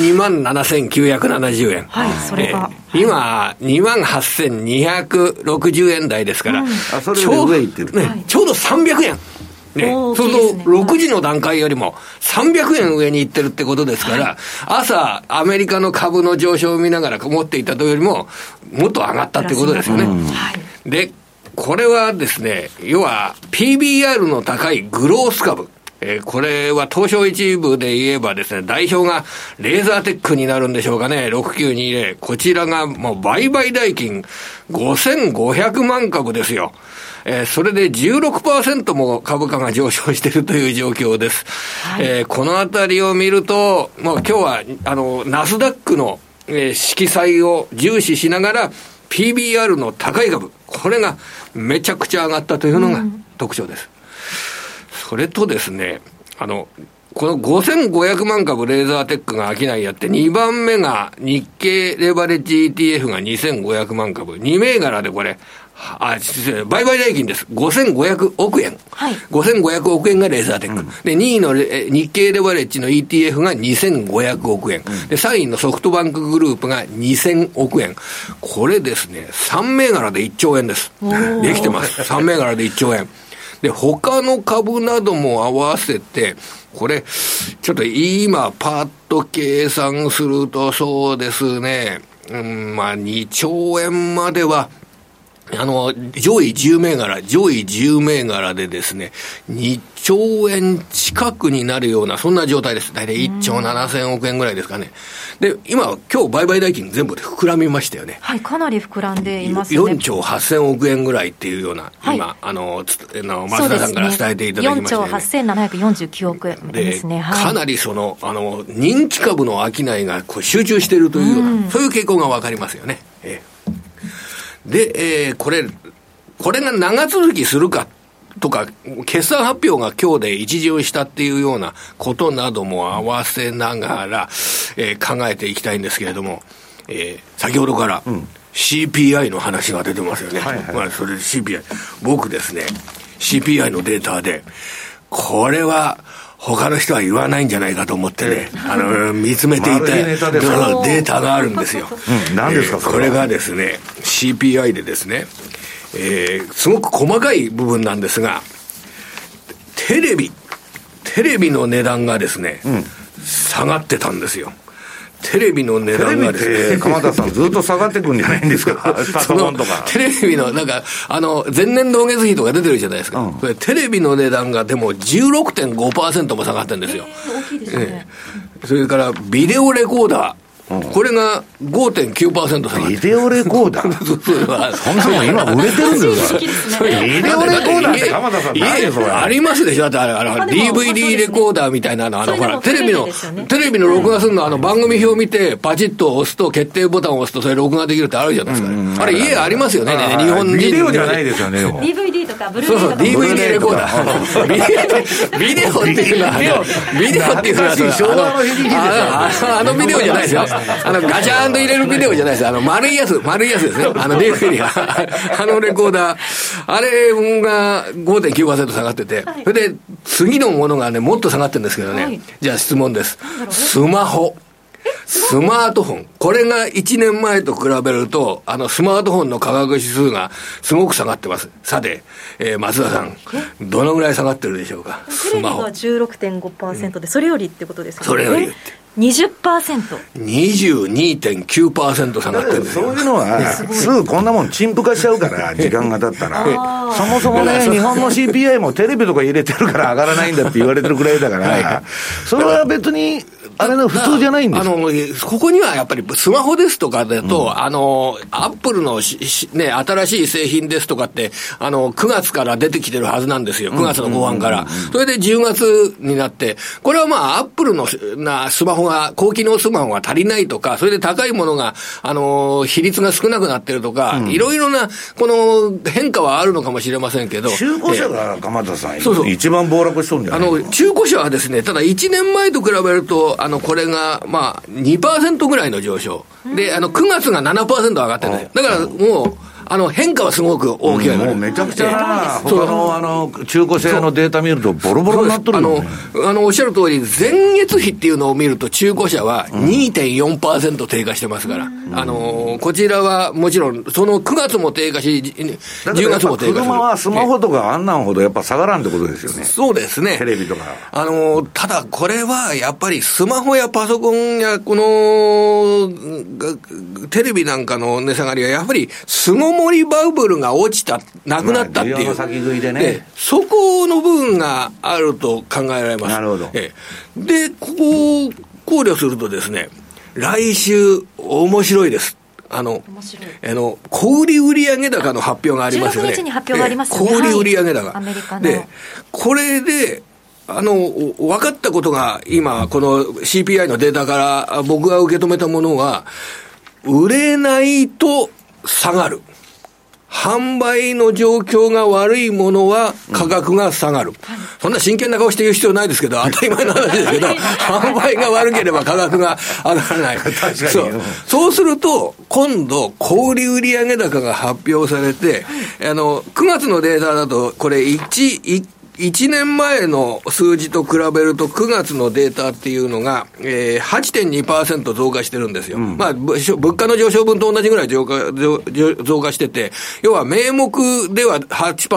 27,970円。 はい、それが。 今、28,260円台ですから、 それで上行ってる。 ちょうど300円。そうすると、6時の段階よりも300円上に行ってるってことですから、朝、アメリカの株の上昇を見ながら持っていたとよりも、もっと上がったってことですよね。で、これはですね、要は PBR の高いグロース株。これは東証一部で言えばですね、代表がレーザーテックになるんでしょうかね、6920。こちらがもう売買代金5500万株ですよ。それで 16% も株価が上昇しているという状況です。はい、このあたりを見ると、もう今日は、ナスダックの、色彩を重視しながら、PBR の高い株、これがめちゃくちゃ上がったというのが特徴です。それとですね、この5500万株レーザーテックが商いやって、2番目が日経レバレッジ ETF が2500万株、2銘柄でこれ、売買代金です。5500億円。はい。5500億円がレーザーテック。で、2位の日経レバレッジの ETF が2500億円。で、3位のソフトバンクグループが2000億円。これですね、3銘柄で1兆円です。できてます。3銘柄で1兆円。で、他の株なども合わせて、これ、ちょっと今、パッと計算するとそうですね、まあ、2兆円までは、上位10銘柄でですね、2兆円近くになるような、そんな状態です。だいたい1兆7000億円ぐらいですかね。で、今日売買代金全部で膨らみましたよね。 はい、かなり膨らんでいますね。 4兆8000億円ぐらいっていうような、はい、今、増田さんから伝えていただきましたよね。 4兆8749億円ですね。 はい、かなり人気株の商いがこう集中しているというような、そういう傾向がわかりますよね。で、これが長続きするかとか、決算発表が今日で一巡したっていうようなことなども合わせながら、考えていきたいんですけれども、先ほどから CPI の話が出てますよね。はいはい、まあ、それで CPI。僕ですね、CPI のデータで、これは、他の人は言わないんじゃないかと思ってね、見つめていたデータがあるんですよ。 何ですか、 これがですね、CPI でですね、すごく細かい部分なんですが、テレビの値段がですね、下がってたんですよ。テレビの値段がですね、 鎌田さんずっと下がってくんじゃないんですかパソコンとか。 テレビのなんか前年同月比とか出てるじゃないですか、これテレビの値段がでも 16.5% も下がってるんですよ。 大きいですね。 それからビデオレコーダー、これが 5.9% 下がってる。 ビデオレコーダーそんなもん今売れてるんですかビデオレコーダーって鎌田さん何それありますでしょ。だってDVD レコーダーみたいなの、ほら、テレビの録画するの、番組表見て、パチッと押すと、決定ボタンを押すと、それ録画できるってあるじゃないですか。あれ、家ありますよね、日本人。 ビデオじゃないですよね、 DVD とか、ブルーレイとか。 そうそう、DVD レコーダー。ビデオっていうのは、 昭和の響きですよ。 ビデオじゃないですよ。ガチャーンと入れるビデオじゃないです。丸いやつですね。DVD が。レコーダー。あれが 5.9% 下がってて、それで、次のものがね、もっと下がってるんですけどね。はい、じゃあ質問です。スマートフォン。これが1年前と比べると、スマートフォンの価格指数がすごく下がってます。さて、松田さん、どのぐらい下がってるでしょうか。 テレビが 16.5% で、それよりってことですよね。 それよりって。 20%。 22.9% 下がってるんですよ。 そういうのは、すぐこんなもん陳腐化しちゃうから、時間が経ったら。そもそもね、日本の CPI もテレビとか入れてるから上がらないんだって言われてるくらいだから、それは別に、あれの普通じゃないんですよ。ここにはやっぱりスマホですとかだと、アップルの新しい製品ですとかって、9月から出てきてるはずなんですよ。9月の後半から。それで10月になって、これはまあ、アップルのスマホが、高機能スマホが足りないとか、それで高いものが、比率が少なくなってるとか、いろいろな、この変化はあるのかもしれませんけど。 中古車が鎌田さん、一番暴落しとるんじゃないですか。 中古車はですね、ただ1年前と比べると、 これが、2% ぐらいの上昇。で、9月が 7% 上がってるんですよ。だからもう、変化はすごく大きい、 もうめちゃくちゃな、他の中古製のデータ見るとボロボロになっとるよね。 おっしゃる通り、前月比っていうのを見ると中古車は 2.4% 低下してますから、こちらはもちろん、その9月も低下し、10月も低下する。 車はスマホとかあんなんほどやっぱ下がらんってことですよね。 そうですね。 テレビとか。 ただこれはやっぱりスマホやパソコンやこの、テレビなんかの値下がりはやっぱり巣ごもりバブルが落ちた、なくなったっていう。 需要の先食いでね。 そこの部分があると考えられます。 なるほど。 で、ここを考慮するとですね、来週面白いです。小売売上高の発表がありますよね。 16日に発表がありますよね。 小売売上高。 アメリカの。 で、これで、分かったことが今、この CPI のデータから僕が受け止めたものは、売れないと下がる。販売の状況が悪いものは価格が下がる。そんな真剣な顔して言う必要ないですけど、当たり前の話ですけど、販売が悪ければ価格が上がらない。 確かに。 そうすると、今度、小売売上高が発表されて、9月のデータだと、これ1年前の数字と比べると9月のデータっていうのが、8.2% 増加してるんですよ。物価の上昇分と同じぐらい増加してて、要は名目では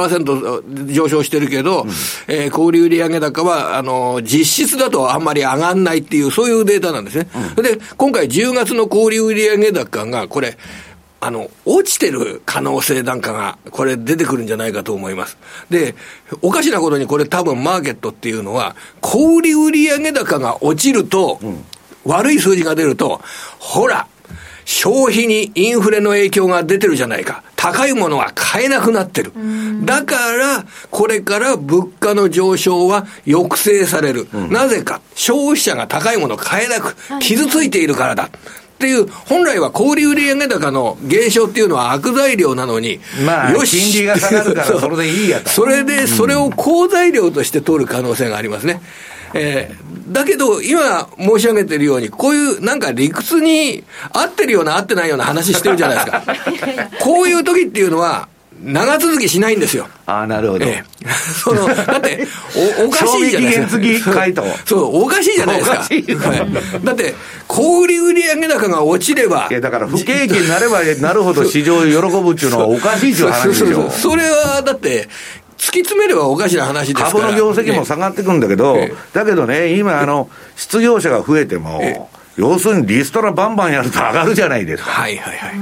8% 上昇してるけど、小売売上高は、実質だとあんまり上がんないっていう、そういうデータなんですね。で、今回10月の小売売上高が、これ、落ちてる可能性なんかが、これ出てくるんじゃないかと思います。で、おかしなことにこれ多分マーケットっていうのは、小売売上高が落ちると、悪い数字が出ると、ほら、消費にインフレの影響が出てるじゃないか。高いものは買えなくなってる。だから、これから物価の上昇は抑制される。なぜか、消費者が高いものを買えなく、傷ついているからだ。っていう、本来は小売売上高の減少っていうのは悪材料なのに、 よし、金利が下がるからそれでいいやと。 それで、それを好材料として取る可能性がありますね。だけど、今申し上げているように、こういうなんか理屈に合ってるような合ってないような話してるじゃないですか。こういう時っていうのは、長続きしないんですよ。 ああ、なるほど。 だって、おかしいじゃないですか。 賞味期限付き回答。 そう、おかしいじゃないですか。だって、小売売上高が落ちれば。 いや、だから不景気になればなるほど市場喜ぶっていうのはおかしいっていう話でしょ。 それは、だって、突き詰めればおかしな話ですから。 株の業績も下がってくんだけど、だけどね、今、失業者が増えても、要するにリストラバンバンやると上がるじゃないですか。 はいはいはい。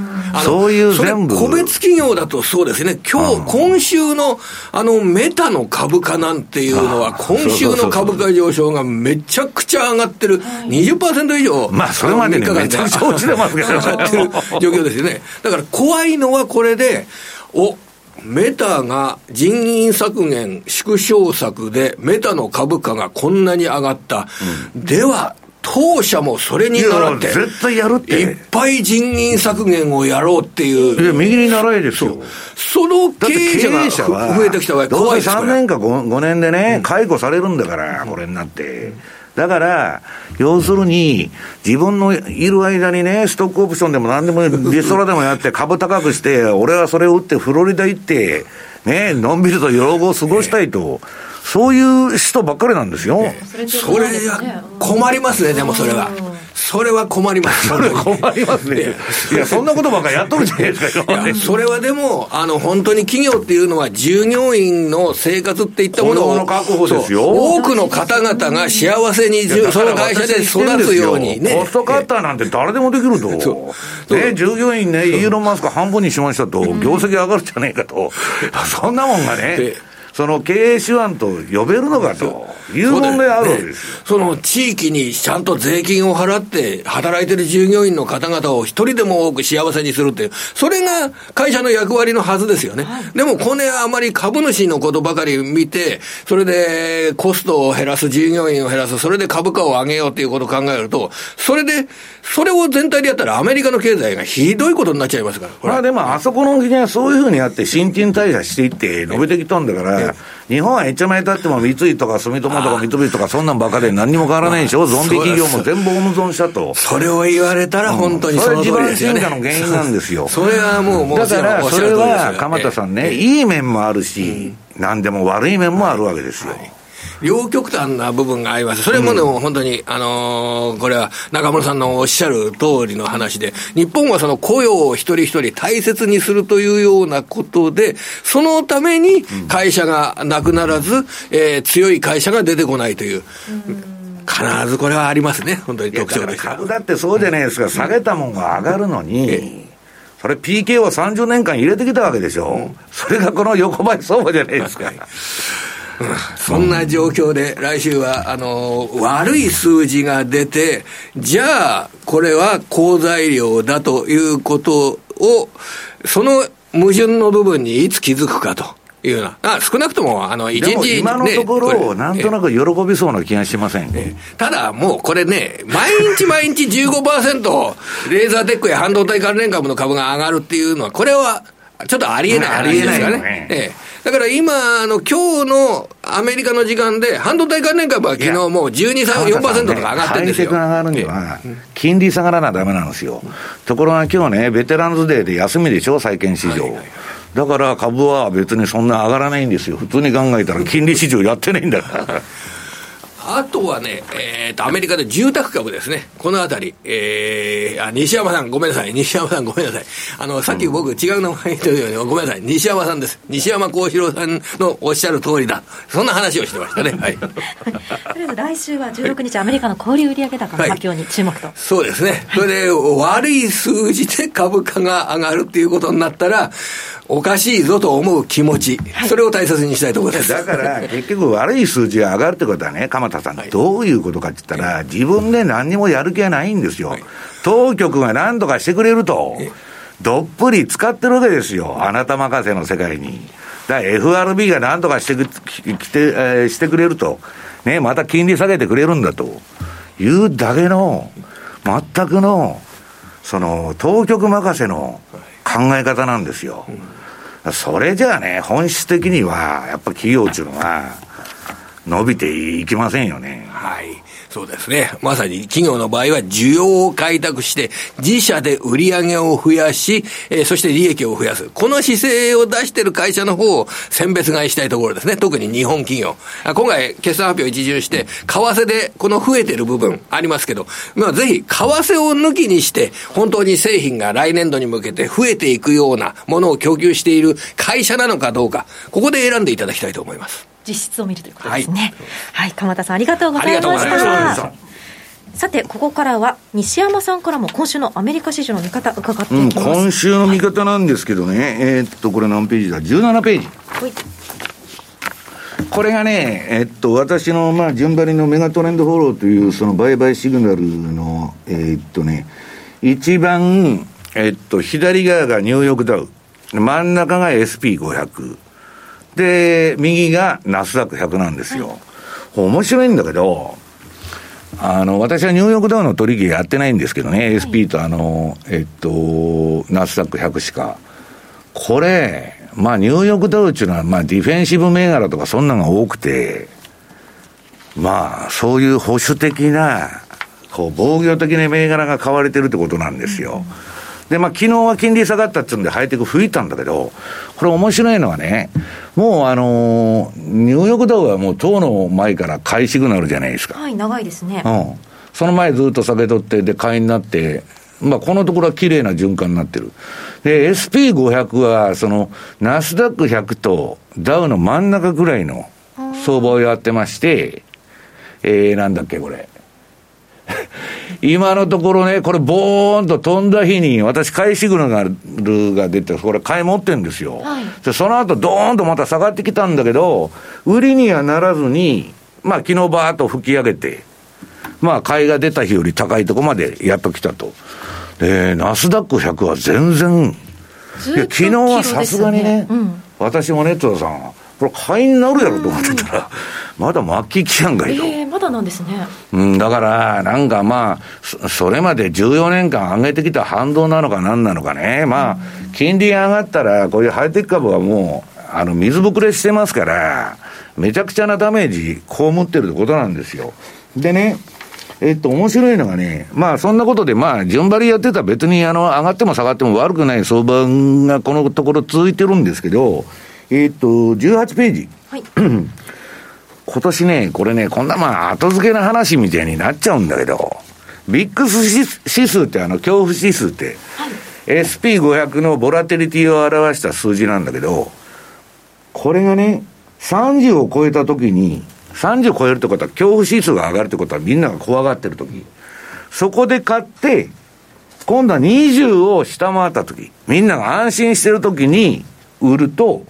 そういう全部。 個別企業だとそうですね。今週のメタの株価なんていうのは、今週の株価上昇がめちゃくちゃ上がってる。20% 以上。 まあ、それまでにめちゃくちゃ落ちてますけど。 上がってる状況ですよね。だから怖いのはこれで、メタが人員削減縮小策でメタの株価がこんなに上がった。では、当社もそれに習って、 絶対やるって。 いっぱい人員削減をやろうっていう。 いや、右に習いですよ。 その経営者が増えてきた場合、怖いですから。 どうせ3年か 5年でね、解雇されるんだから、これになって。だから、要するに、自分のいる間にね、ストックオプションでも何でもリストラでもやって、株高くして、俺はそれを売ってフロリダ行って、ね、のんびりと老後を過ごしたいと。そういう人ばっかりなんですよ。 それは困りますね、でもそれは。それは困ります。 それは困りますね。いや、そんなことばっかりやっとるじゃないですか。 それはでも、本当に企業っていうのは従業員の生活っていったものを、 確保ですよ。 多くの方々が幸せに、その会社で育つようにね。 コストカッターなんて誰でもできると。ね、従業員ね、イーロン・マスク半分にしましたと、業績上がるじゃねえかと。そんなもんがね。その経営手腕と呼べるのかという問題あるわけですよ。 その地域にちゃんと税金を払って働いてる従業員の方々を一人でも多く幸せにするっていう、それが会社の役割のはずですよね。でもこれはあまり株主のことばかり見て、それでコストを減らす、従業員を減らす、それで株価を上げようっていうことを考えると、それを全体でやったらアメリカの経済がひどいことになっちゃいますから。 まあでもあそこの国はそういうふうにやって新陳代謝していって伸びてきたんだから、 日本はいつまでたっても三井とか住友とか三菱とかそんなんばかで何にも変わらないでしょ。ゾンビ企業も全部温存したと。 それを言われたら本当にその通りですよね。 それは地盤沈下の原因なんですよ。 それはもうだからそれは鎌田さんね、いい面もあるし、何でも悪い面もあるわけですよ。 両極端な部分があります。それもでも本当に、これは中村さんのおっしゃる通りの話で、日本はその雇用を一人一人大切にするというようなことで、そのために会社がなくならず、強い会社が出てこないという。必ずこれはありますね、本当に特徴として。 株だってそうじゃないですか、下げたもんが上がるのに、それ PK を30年間入れてきたわけでしょ。それがこの横ばい相場じゃないですか。 そんな状況で来週は悪い数字が出て、じゃあこれは好材料だということを、その矛盾の部分にいつ気づくかというような、少なくとも一日、ね、 今のところなんとなく喜びそうな気がしません、 ただもうこれね、毎日 15% レーザーテックや半導体関連株の株が上がるっていうのは、これはちょっとありえない話ですからね。だから今、今日のアメリカの時間で、半導体関連株は昨日もう12、4% とか上がってるんですよ。 ハイテクが上がるには、金利下がらなダメなんですよ。ところが今日ね、ベテランズデーで休みでしょ、債券市場。だから株は別にそんな上がらないんですよ。普通に考えたら金利市場やってないんだから。 あとはね、アメリカで住宅株ですね。このあたり、西山さん、ごめんなさい。西山さん、ごめんなさい。さっき僕、違う名前言ったように、ごめんなさい。西山さんです。西山幸四郎さんのおっしゃる通りだ。そんな話をしてましたね。はい。 とりあえず来週は16日、アメリカの小売売上高の発表に注目と。はい、 そうですね。それで、悪い数字で株価が上がるっていうことになったら、おかしいぞと思う気持ち、それを大切にしたいところです。 だから結局悪い数字が上がるってことはね、鎌田さん、どういうことかって言ったら、自分で何にもやる気はないんですよ。当局が何とかしてくれると、どっぷり使ってるわけですよ。あなた任せの世界に。だから FRB が何とかしてくれると、ね、また金利下げてくれるんだというだけの、全くの、その、当局任せの考え方なんですよ。それじゃあね、本質的にはやっぱ企業っていうのは伸びていきませんよね。 はい、そうですね。まさに企業の場合は需要を開拓して自社で売り上げを増やし、そして利益を増やす、この姿勢を出している会社の方を選別買いしたいところですね。特に日本企業、今回決算発表一巡して為替でこの増えている部分ありますけど、ぜひ為替を抜きにして本当に製品が来年度に向けて増えていくようなものを供給している会社なのかどうか、ここで選んでいただきたいと思います。 実質を見るということですね。はい、鎌田さんありがとうございました。さて、ここからは西山さんからも今週のアメリカ市場の見方伺っていきます。 今週の見方なんですけどね、これ何ページだ、17ページ。はい、これがね、私の順張りのメガトレンドフォローというその売買シグナルの一番左側がニューヨークダウ、真ん中が SP500 で、右がナスダック100なんですよ。面白いんだけど、私はニューヨークダウの取引やってないんですけどね、SP とナスダック100しか。これ、ニューヨークダウっていうのは、ディフェンシブ銘柄とかそんなのが多くて、そういう保守的な、防御的な銘柄が買われてるってことなんですよ。で、昨日は金利下がったっていうんでハイテク吹いたんだけど、これ面白いのはね、もうニューヨークダウはもう当の前から買いシグナルじゃないですか。 はい、長いですね。 その前ずっと下げ取って、で、買いになって、このところは綺麗な循環になってる。で、SP500 は、ナスダック100とダウの真ん中ぐらいの相場をやってまして、なんだっけ、これ。今のところね、これボーンと飛んだ日に、私買いシグナルが出て、これ買い持ってるんですよ。はい、でその後ドーンとまた下がってきたんだけど、売りにはならずに、昨日バーッと吹き上げて、買いが出た日より高いとこまでやっと来たと。で、ナスダック100は全然、昨日はさすがにね、私もね、津田さん、これ買いになるやろと思ってたら、まだ末期期間外と。 まだなんですね。 だから、それまで14年間上げてきた反動なのか何なのかね。金利上がったら、こういうハイテク株はもう、 水ぶくれしてますから、めちゃくちゃなダメージ被ってるってことなんですよ。でね、面白いのがね、まあそんなことで、まあ順張りやってたら別に上がっても下がっても悪くない相場がこのところ続いてるんですけど、18ページ。はい。今年ね、これね、こんなまあ後付けの話みたいになっちゃうんだけど、ビックス指数って恐怖指数って、はい、SP500 のボラテリティを表した数字なんだけど、これがね、30を超えた時に、30を超えるってことは恐怖指数が上がるってことはみんなが怖がってる時、そこで買って今度は20を下回った時、みんなが安心してる時に売ると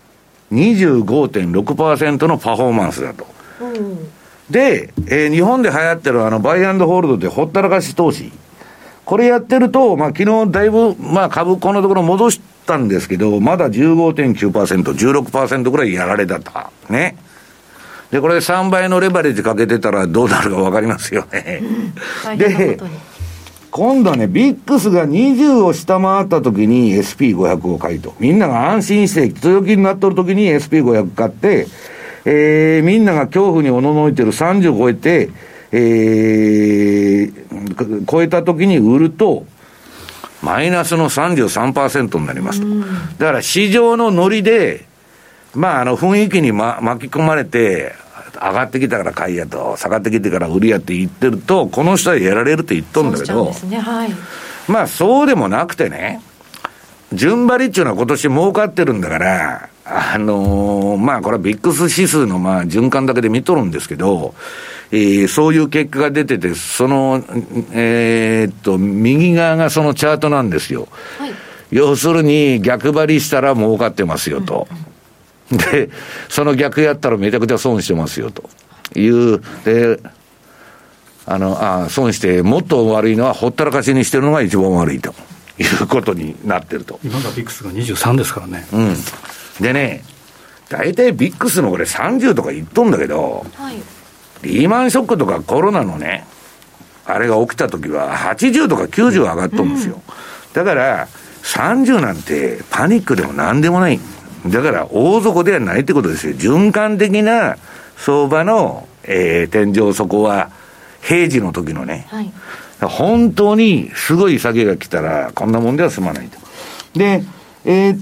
25.6% のパフォーマンスだと、で、日本で流行ってるバイアンドホールドでほったらかし投資、これやってると、まあ昨日だいぶまあ株このところ戻したんですけど、まだ 15.9%、16% ぐらいやられたね。で、これ3倍のレバレッジかけてたらどうなるか分かりますよね。で、今度はね、ビックスが20を下回った時に SP500 を買いと。みんなが安心して強気になっとる時に SP500 買って、みんなが恐怖におののいてる30を超えて、超えた時に売ると、マイナスの 33% になりますと。だから市場のノリで、まあ雰囲気に巻き込まれて、上がってきたから買いやと、下がってきてから売りやって言ってると、この人はやられるって言っとるんだけど、そうですね、はい、まあそうでもなくてね、順張りっていうのは今年儲かってるんだから、まあこれはビックス指数のまあ循環だけで見とるんですけど、そういう結果が出てて、その、右側がそのチャートなんですよ。はい、要するに逆張りしたら儲かってますよと。で、その逆やったらめちゃくちゃ損してますよという、で、損してもっと悪いのはほったらかしにしてるのが一番悪いということになってると。 今がビックスが23ですからね。 うん。でね、大体ビックスのこれ30とか言っとんだけど、はい、リーマンショックとかコロナのね、あれが起きた時は80とか90上がっとんですよ。だから30なんてパニックでもなんでもない。だから大底ではないってことですよ。循環的な相場の、天井底は平時の時のね、はい、本当にすごい下げが来たらこんなもんでは済まないと。で、あれ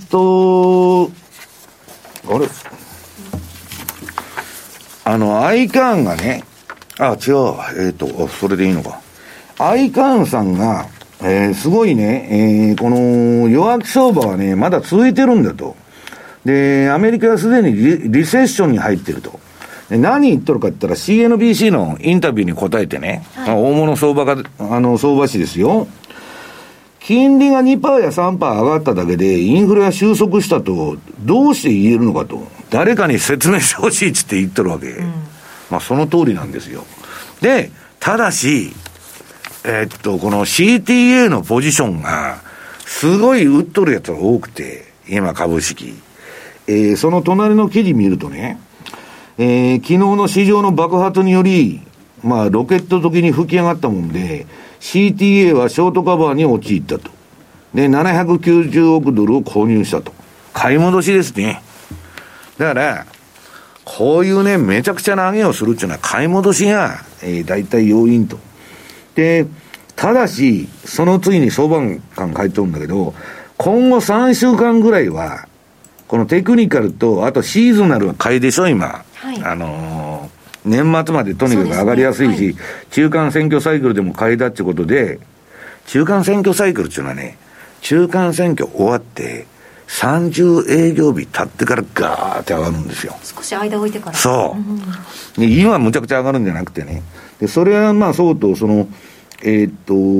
アイカーンがね、違う、それでいいのか。アイカーンさんが、すごいね、この弱気相場はね、まだ続いてるんだと。で、アメリカはすでにリセッションに入ってると。で、何言っとるかって言ったら CNBC のインタビューに答えてね、はい、大物相場が、相場師ですよ。金利が 2% や 3% 上がっただけでインフレは収束したとどうして言えるのかと。誰かに説明してほしいって言ってるわけ。まあその通りなんですよ。で、ただし、この CTA のポジションがすごい売っとるやつが多くて、今株式。その隣の記事見るとね、昨日の市場の爆発により、まあロケット時に吹き上がったもんで、CTA はショートカバーに陥ったと。で、790億ドルを購入したと。買い戻しですね。だから、こういうね、めちゃくちゃな上げをするっていうのは買い戻しが、大体要因と。で、ただし、その次に相場感書いてるんだけど、今後3週間ぐらいは、このテクニカルと、あとシーズナルは買いでしょ、今。はい、年末までとにかく上がりやすいし、はい、中間選挙サイクルでも買いだってことで、中間選挙サイクルっていうのはね、中間選挙終わって、30営業日経ってからガーって上がるんですよ。 少し間置いてから。 そう。で、今むちゃくちゃ上がるんじゃなくてね。で、それはまあそうと、そういう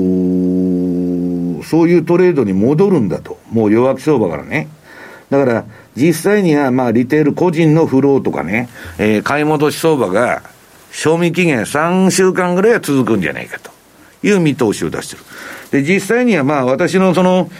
トレードに戻るんだと。もう弱気相場からね。だから、実際にはまあリテール個人のフローとかね、買い戻し相場が賞味期限3週間ぐらいは続くんじゃないかという見通しを出してる。で、実際にはまあ私のこの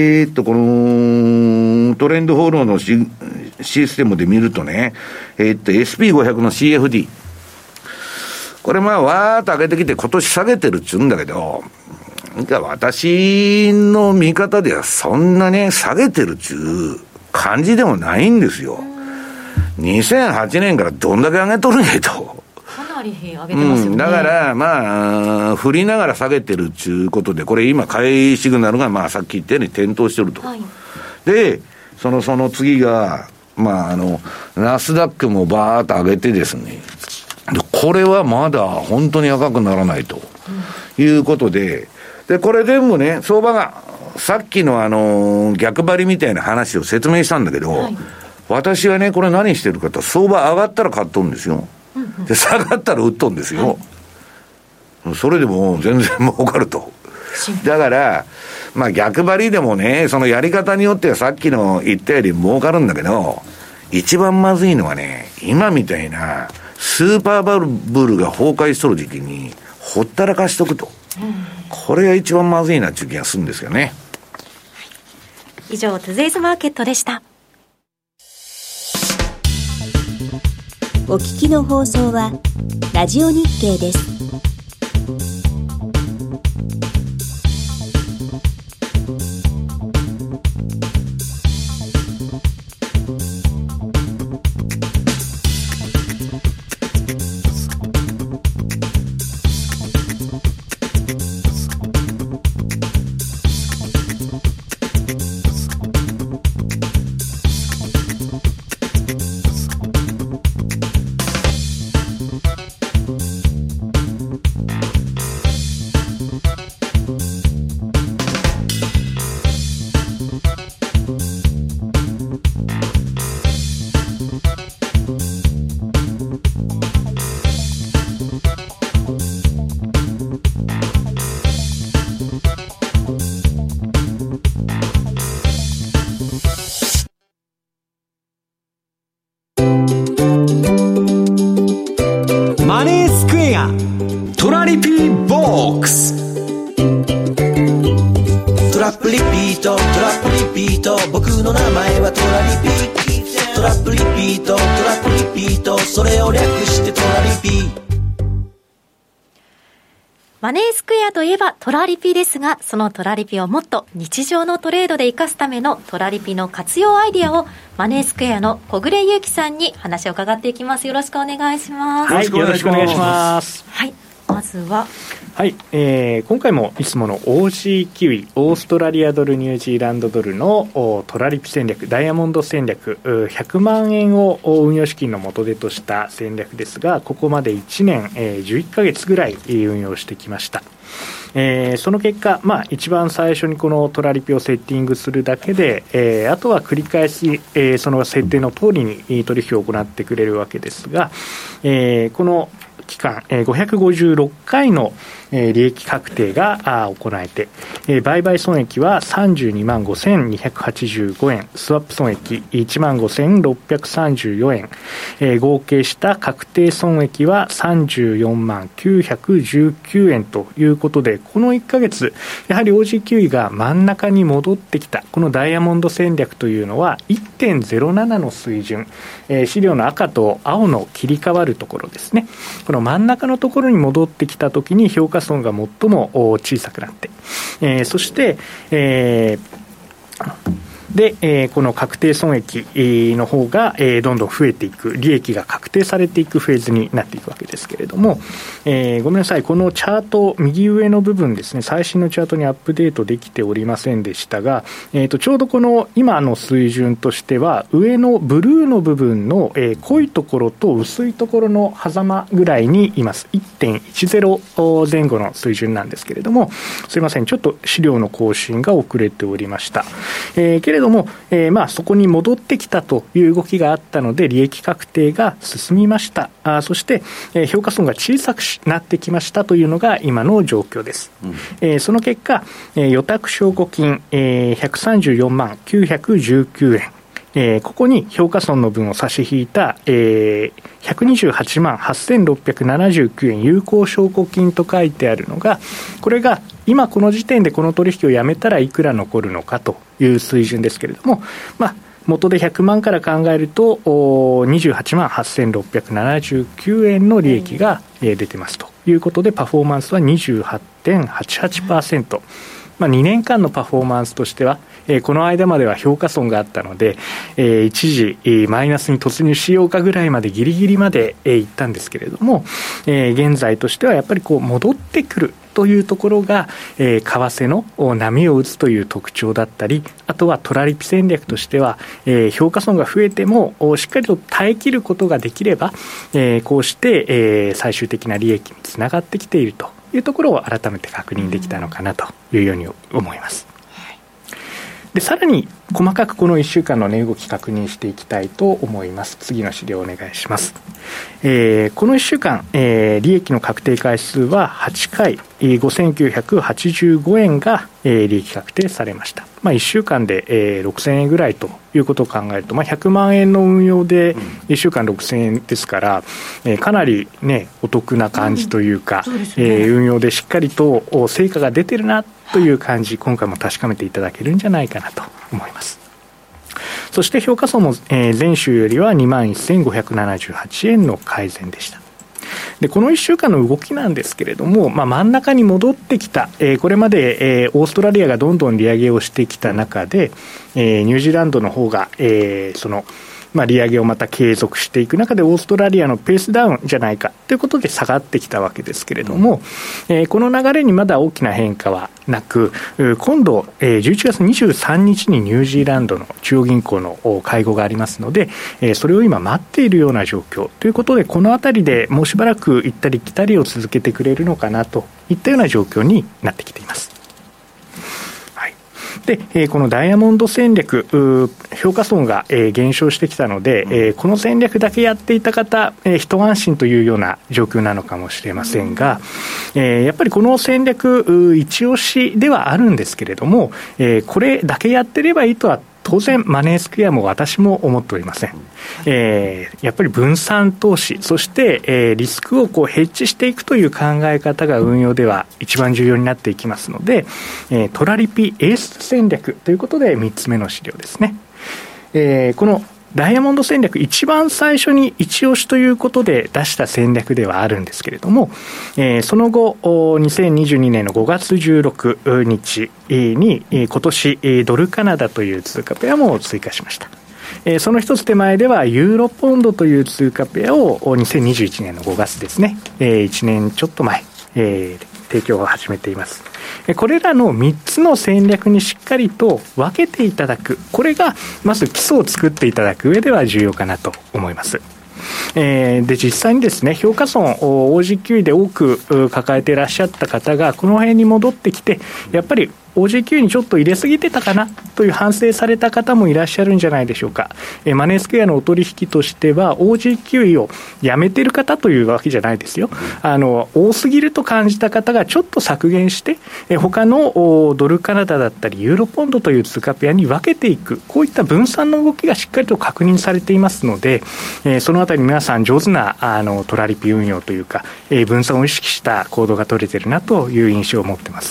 トレンドフォローのシステムで見るとね、SP500 の CFD。これまあわーっと上げてきて今年下げてるっちゅうんだけど、私の見方ではそんなね、下げてるっちゅう感じでもないんですよ。2008年からどんだけ上げとるんやと。 かなり上げてますよね。 だからまあ振りながら下げてるっていうことで、これ今買いシグナルがまあさっき言ったように点灯してると、はい、でその次がまあナスダックもバーッと上げてですね、これはまだ本当に赤くならないということで、でこれ全部ね、相場がさっきの逆張りみたいな話を説明したんだけど、はい、私はねこれ何してるかと、相場上がったら買っとるんですよ、で下がったら売っとるんですよ、はい、それでも全然儲かると。だからまあ逆張りでもね、そのやり方によってはさっきの言ったより儲かるんだけど、一番まずいのはね、今みたいなスーパーバブルが崩壊しとる時期にほったらかしとくと、これが一番まずいなっていう気がするんですよね。 以上、トゥデイズマーケットでした。 お聞きの放送はラジオ日経です。 トラリピーボックス。 トラップリピート、トラップリピート、僕の名前はトラリピ。トラップリピート、トラップリピート、それを略してトラリピ。 マネースクエアといえばトラリピですが、そのトラリピをもっと日常のトレードで活かすためのトラリピの活用アイディアをマネースクエアの小暮優樹さんに話を伺っていきます。よろしくお願いします。 はい、よろしくお願いします。 はい、まずははい、今回もいつもの OG キウイ、オーストラリアドルニュージーランドドルのトラリピ戦略、ダイヤモンド戦略、100万円を運用資金の元手とした戦略ですが、ここまで1年、11ヶ月ぐらい運用してきました。その結果、一番最初にこのトラリピをセッティングするだけで、あとは繰り返し、その設定の通りに取引を行ってくれるわけですが、この期間、556回の利益確定が行えて、売買損益は32万5285円、スワップ損益1万5634円、合計した確定損益は34万919円ということで、この1ヶ月やはり OG キウイが真ん中に戻ってきた。このダイヤモンド戦略というのは 1.07 の水準、資料の赤と青の切り替わるところですね。この真ん中のところに戻ってきたときに評価損が最も小さくなって、そして、で、この確定損益の方が、どんどん増えていく、利益が確定されていくフェーズになっていくわけですけれども、ごめんなさい、このチャート右上の部分ですね、最新のチャートにアップデートできておりませんでしたが、ちょうどこの今の水準としては上のブルーの部分の、濃いところと薄いところの狭間ぐらいにいます。 1.10 前後の水準なんですけれども、すいません、ちょっと資料の更新が遅れておりました。けれども、そこに戻ってきたという動きがあったので利益確定が進みました。そして、評価損が小さくなってきましたというのが今の状況です。その結果、予託証拠金、134万919円、ここに評価損の分を差し引いた、128万8679円有効証拠金と書いてあるのが、これが今この時点でこの取引をやめたらいくら残るのかという水準ですけれども、元で100万から考えると28万8679円の利益が出てますということで、パフォーマンスは 28.88%、 2年間のパフォーマンスとしては、この間までは評価損があったので、一時、マイナスに突入しようかぐらいまでギリギリまで、行ったんですけれども、現在としてはやっぱり戻ってくるというところが、為替の波を打つという特徴だったり、あとはトラリピ戦略としては、評価損が増えてもしっかりと耐え切ることができれば、こうして、最終的な利益につながってきているというところを改めて確認できたのかなというように思います。でさらに細かくこの1週間の値動き確認していきたいと思います。次の資料お願いします。この1週間、利益の確定回数は8回5985円が、利益確定されました。1週間で、6000円ぐらいということを考えると、100万円の運用で1週間6000円ですから、かなり、ね、お得な感じというか、運用でしっかりと成果が出てるなという感じ、今回も確かめていただけるんじゃないかなと思います。そして評価損も、前週よりは 21,578 円の改善でした。でこの1週間の動きなんですけれども、真ん中に戻ってきた、これまで、オーストラリアがどんどん利上げをしてきた中で、ニュージーランドの方が、その利上げをまた継続していく中でオーストラリアのペースダウンじゃないかということで下がってきたわけですけれども、この流れにまだ大きな変化はなく、今度、11月23日にニュージーランドの中央銀行の会合がありますので、それを今待っているような状況ということで、このあたりでもうしばらく行ったり来たりを続けてくれるのかなといったような状況になってきています。で、このダイヤモンド戦略、評価損が、減少してきたので、この戦略だけやっていた方、一安心というような状況なのかもしれませんが、やっぱりこの戦略一押しではあるんですけれども、これだけやってればいいとは当然マネースクエアも私も思っておりません。やっぱり分散投資、そして、リスクをヘッジしていくという考え方が運用では一番重要になっていきますので、トラリピエース戦略ということで3つ目の資料ですね。このダイヤモンド戦略、一番最初に一押しということで出した戦略ではあるんですけれども、その後2022年の5月16日に今年ドルカナダという通貨ペアも追加しました。その一つ手前ではユーロポンドという通貨ペアを2021年の5月ですね、1年ちょっと前、提供を始めています。これらの3つの戦略にしっかりと分けていただく、これがまず基礎を作っていただく上では重要かなと思います。で実際にですね、評価損 OG9 で多く抱えていらっしゃった方がこの辺に戻ってきて、やっぱりOG9 にちょっと入れすぎてたかなという反省された方もいらっしゃるんじゃないでしょうか。マネースクエアのお取引としては OG9 をやめてる方というわけじゃないですよ。多すぎると感じた方がちょっと削減して他のドルカナダだったりユーロポンドという通貨ペアに分けていく、こういった分散の動きがしっかりと確認されていますので、そのあたり皆さん上手なトラリピ運用というか、分散を意識した行動が取れているなという印象を持っています。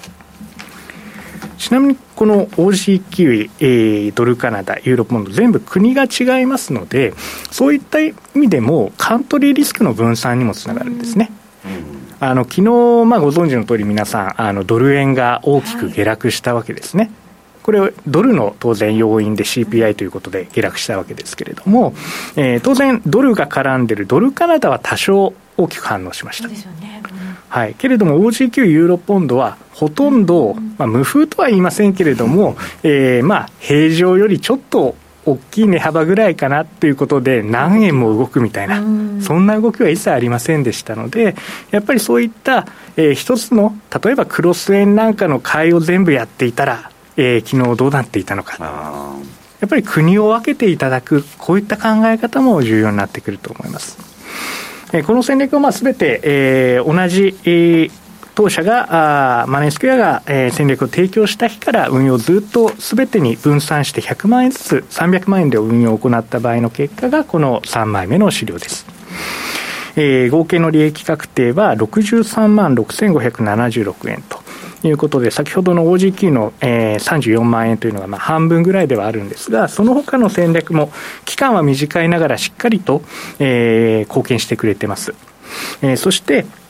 ちなみにこの OG キウイ、ドルカナダ、ユーロポンド全部国が違いますので、そういった意味でもカントリーリスクの分散にもつながるんですね。昨日、ご存知の通り皆さんドル円が大きく下落したわけですね。これドルの当然要因で CPI ということで下落したわけですけれども、当然ドルが絡んでいるドルカナダは多少大きく反応しました。そうですよね。はい、けれども OG9 ユーロポンドはほとんど、無風とは言いませんけれども、平常よりちょっと大きい値幅ぐらいかなということで何円も動くみたいな、そんな動きは一切ありませんでしたので、やっぱりそういった、一つの例えばクロス円なんかの買いを全部やっていたら、昨日どうなっていたのか、やっぱり国を分けていただく、こういった考え方も重要になってくると思います。この戦略は全て、同じ、当社がマネースクエアが、戦略を提供した日から運用をずっと全てに分散して100万円ずつ300万円で運用を行った場合の結果がこの3枚目の資料です。合計の利益確定は63万6576円ということで、先ほどの OG9 の、34万円というのが半分ぐらいではあるんですが、その他の戦略も期間は短いながらしっかりと、貢献してくれてます。そして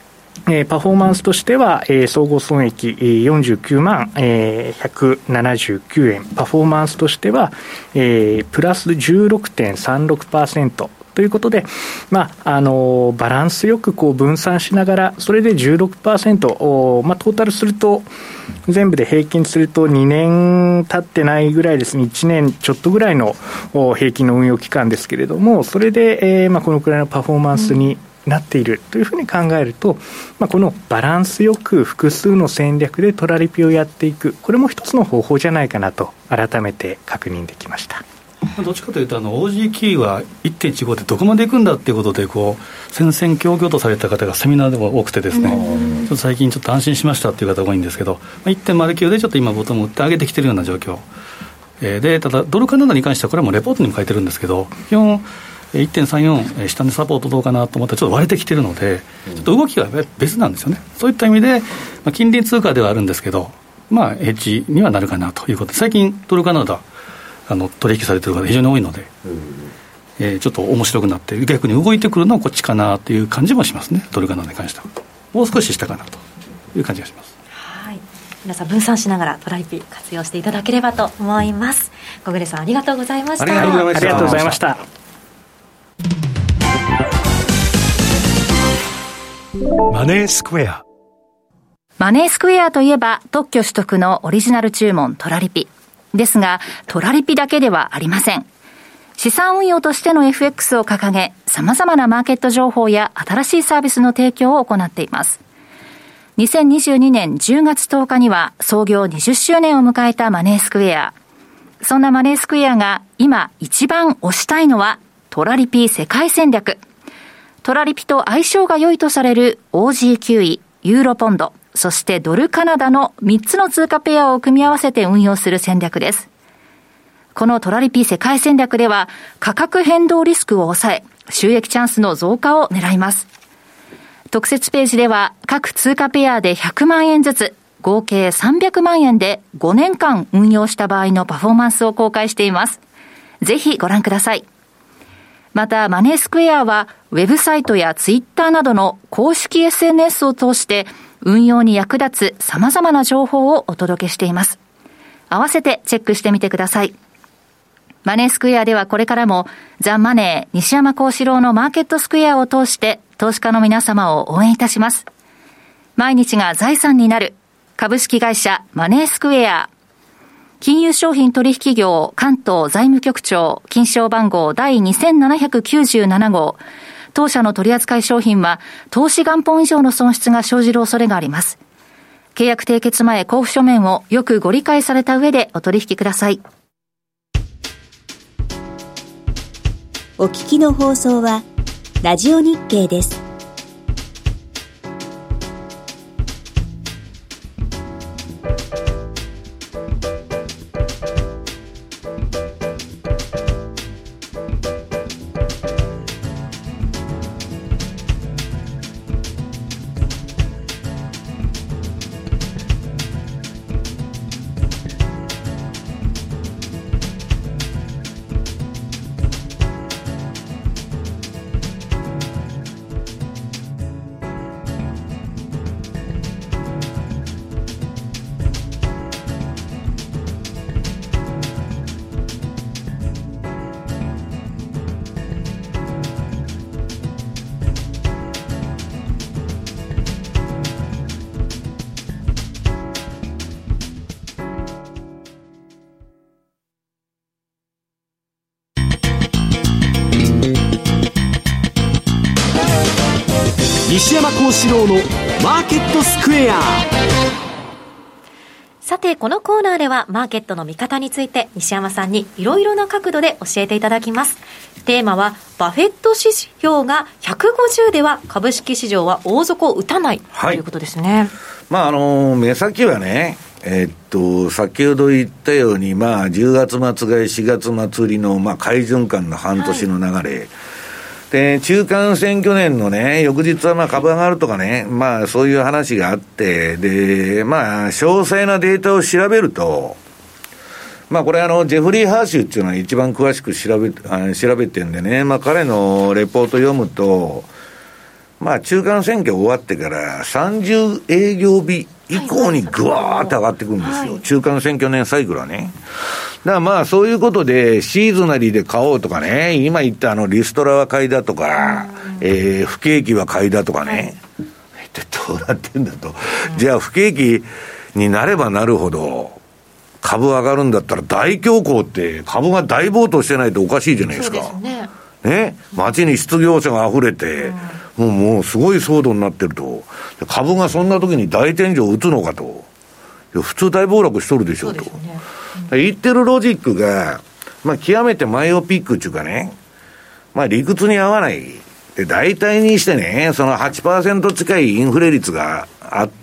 パフォーマンスとしては、総合損益49万179円、パフォーマンスとしては、プラス 16.36% ということで、バランスよく分散しながら、それで 16%、トータルすると、全部で平均すると2年経ってないぐらいですね、1年ちょっとぐらいの平均の運用期間ですけれども、それで、このくらいのパフォーマンスになっているというふうに考えると、このバランスよく複数の戦略でトラリピをやっていく、これも一つの方法じゃないかなと改めて確認できました。 どっちかというとOG キーは 1.15 ってどこまでいくんだっていうことで戦々恐々とされた方がセミナーでも多くてですね、ちょっと最近ちょっと安心しましたっていう方が多いんですけど、1.09 でちょっと今ボトム打って上げてきてるような状況で、ただドルカナダに関してはこれはもうレポートにも書いてるんですけど、基本 1.34 下値サポートどうかなと思ったらちょっと割れてきてるので、ちょっと動きが別なんですよね。そういった意味で、近隣通貨ではあるんですけど、ヘッジにはなるかなということで、最近ドルカナダ取引されている方が非常に多いので、ちょっと面白くなって逆に動いてくるのはこっちかなという感じもしますね。ドルカナダに関してはもう少し下かなという感じがします。 はい、皆さん分散しながらトラリピ活用していただければと思います。小暮さんありがとうございました。 ありがとうございました。 マネースクエア。 マネースクエアといえば特許取得のオリジナル注文トラリピですが、トラリピだけではありません。資産運用としての FX を掲げ、様々なマーケット情報や新しいサービスの提供を行っています。2022年10月10日には創業20周年を迎えたマネースクエア。そんなマネースクエアが今一番推したいのはトラリピ世界戦略。トラリピと相性が良いとされる OG9 ユーロポンド、そしてドルカナダの3つの通貨ペアを組み合わせて運用する戦略です。このトラリピ世界戦略では価格変動リスクを抑え、収益チャンスの増加を狙います。特設ページでは各通貨ペアで100万円ずつ、合計300万円で5年間運用した場合のパフォーマンスを公開しています。ぜひご覧ください。またマネースクエアはウェブサイトやツイッターなどの公式 SNS を通して運用に役立つ様々な情報をお届けしています。合わせてチェックしてみてください。マネースクエアではこれからもザ・マネー西山幸四郎のマーケットスクエアを通して投資家の皆様を応援いたします。毎日が財産になる株式会社マネースクエア。金融商品取引業関東財務局長金賞番号第2797号。当社の取扱い商品は投資元本以上の損失が生じる恐れがあります。契約締結前交付書面をよくご理解された上でお取引ください。 お聞きの放送はラジオ日経です。 西山幸四郎のマーケットスクエア。 さてこのコーナーではマーケットの見方について西山さんにいろいろな角度で教えていただきます。テーマはバフェット指標が150では株式市場は大底を打たない、ということですね。 目先はね、先ほど言ったように、10月末買い4月末売りの、買い循環の半年の流れ、で中間選挙年のね翌日は株上がるとかね、そういう話があって、で詳細なデータを調べると、これジェフリー・ハーシュっていうのは一番詳しく調べてるんでね、彼のレポート読むと、 まあ中間選挙終わってから30営業日以降にぐわーって上がってくるんですよ。中間選挙年サイクルはね。だからまあそういうことでシーズナリーで買おうとかね、今言ったリストラは買いだとか、不景気は買いだとかね。どうなってんだと。じゃあ不景気になればなるほど株上がるんだったら大恐慌って株が大暴騰してないとおかしいじゃないですか。そうですね。街に失業者が溢れて、もうすごい騒動になってると。株がそんな時に大天井を打つのかと。いや普通大暴落しとるでしょうと。言ってるロジックが、まあ極めてマイオピックっていうかね、まあ理屈に合わない。で、大体にしてね、その 8% 近いインフレ率があって、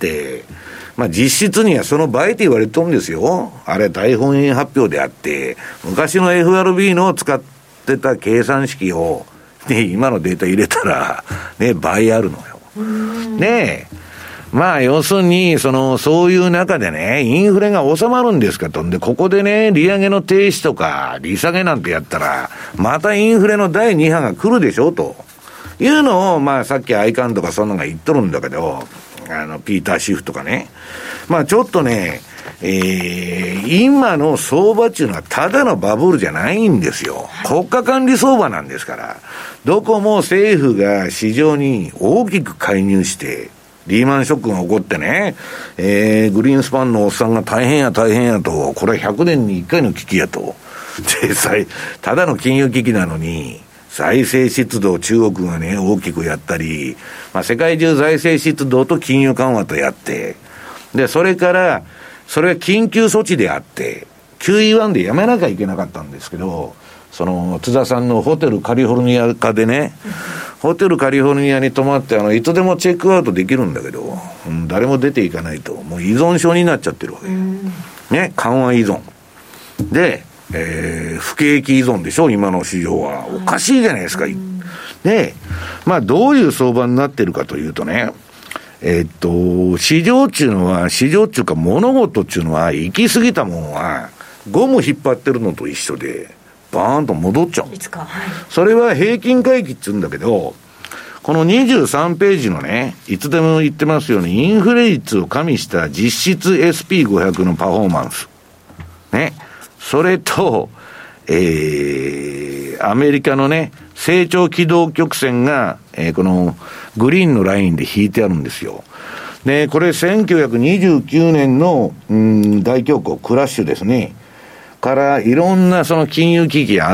まあ実質にはその倍って言われてるんですよ。あれ大本営発表であって、昔の FRB の使ってた計算式を、ね、今のデータ入れたら、ね、倍あるのよ。ねえ。まあ要するに、そういう中でね、インフレが収まるんですかと。で、ここでね、利上げの停止とか、利下げなんてやったら、またインフレの第2波が来るでしょと。いうのを、まあさっきアイカンとかそんなのが言っとるんだけど、ピーター・シフとかね。まあちょっとね、今の相場っていうのはただのバブルじゃないんですよ。国家管理相場なんですから。どこも政府が市場に大きく介入して、リーマンショックが起こってね、グリーンスパンのおっさんが大変やと、これは100年に1回の危機やと。実際、ただの金融危機なのに、財政出動中国がね、大きくやったり、まあ世界中財政出動と金融緩和とやって、で、それから、それは緊急措置であって、QE1 でやめなきゃいけなかったんですけど、津田さんのホテルカリフォルニア化でね、ホテルカリフォルニアに泊まっていつでもチェックアウトできるんだけど、誰も出ていかないと、もう依存症になっちゃってるわけ。ね、緩和依存。で、不景気依存でしょ、今の市場は。おかしいじゃないですか。で、まあどういう相場になってるかというとね、市場っていうか物事っていうのは、行き過ぎたもんは、ゴム引っ張ってるのと一緒で、バーンと戻っちゃう。それは平均回帰って言うんだけど、この23ページのね、いつでも言ってますように、インフレ率を加味した実質 SP500 のパフォーマンス。ね。それと、アメリカのね、成長軌道曲線が、このグリーンのラインで引いてあるんですよ。で、これ1929年の、大恐慌、クラッシュですね。からいろんなその金融危機があって、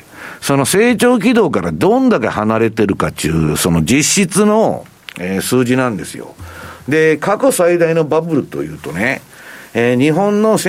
その成長軌道からどんだけ離れてるかっていう、その実質の、数字なんですよ。で、過去最大のバブルというとね、日本の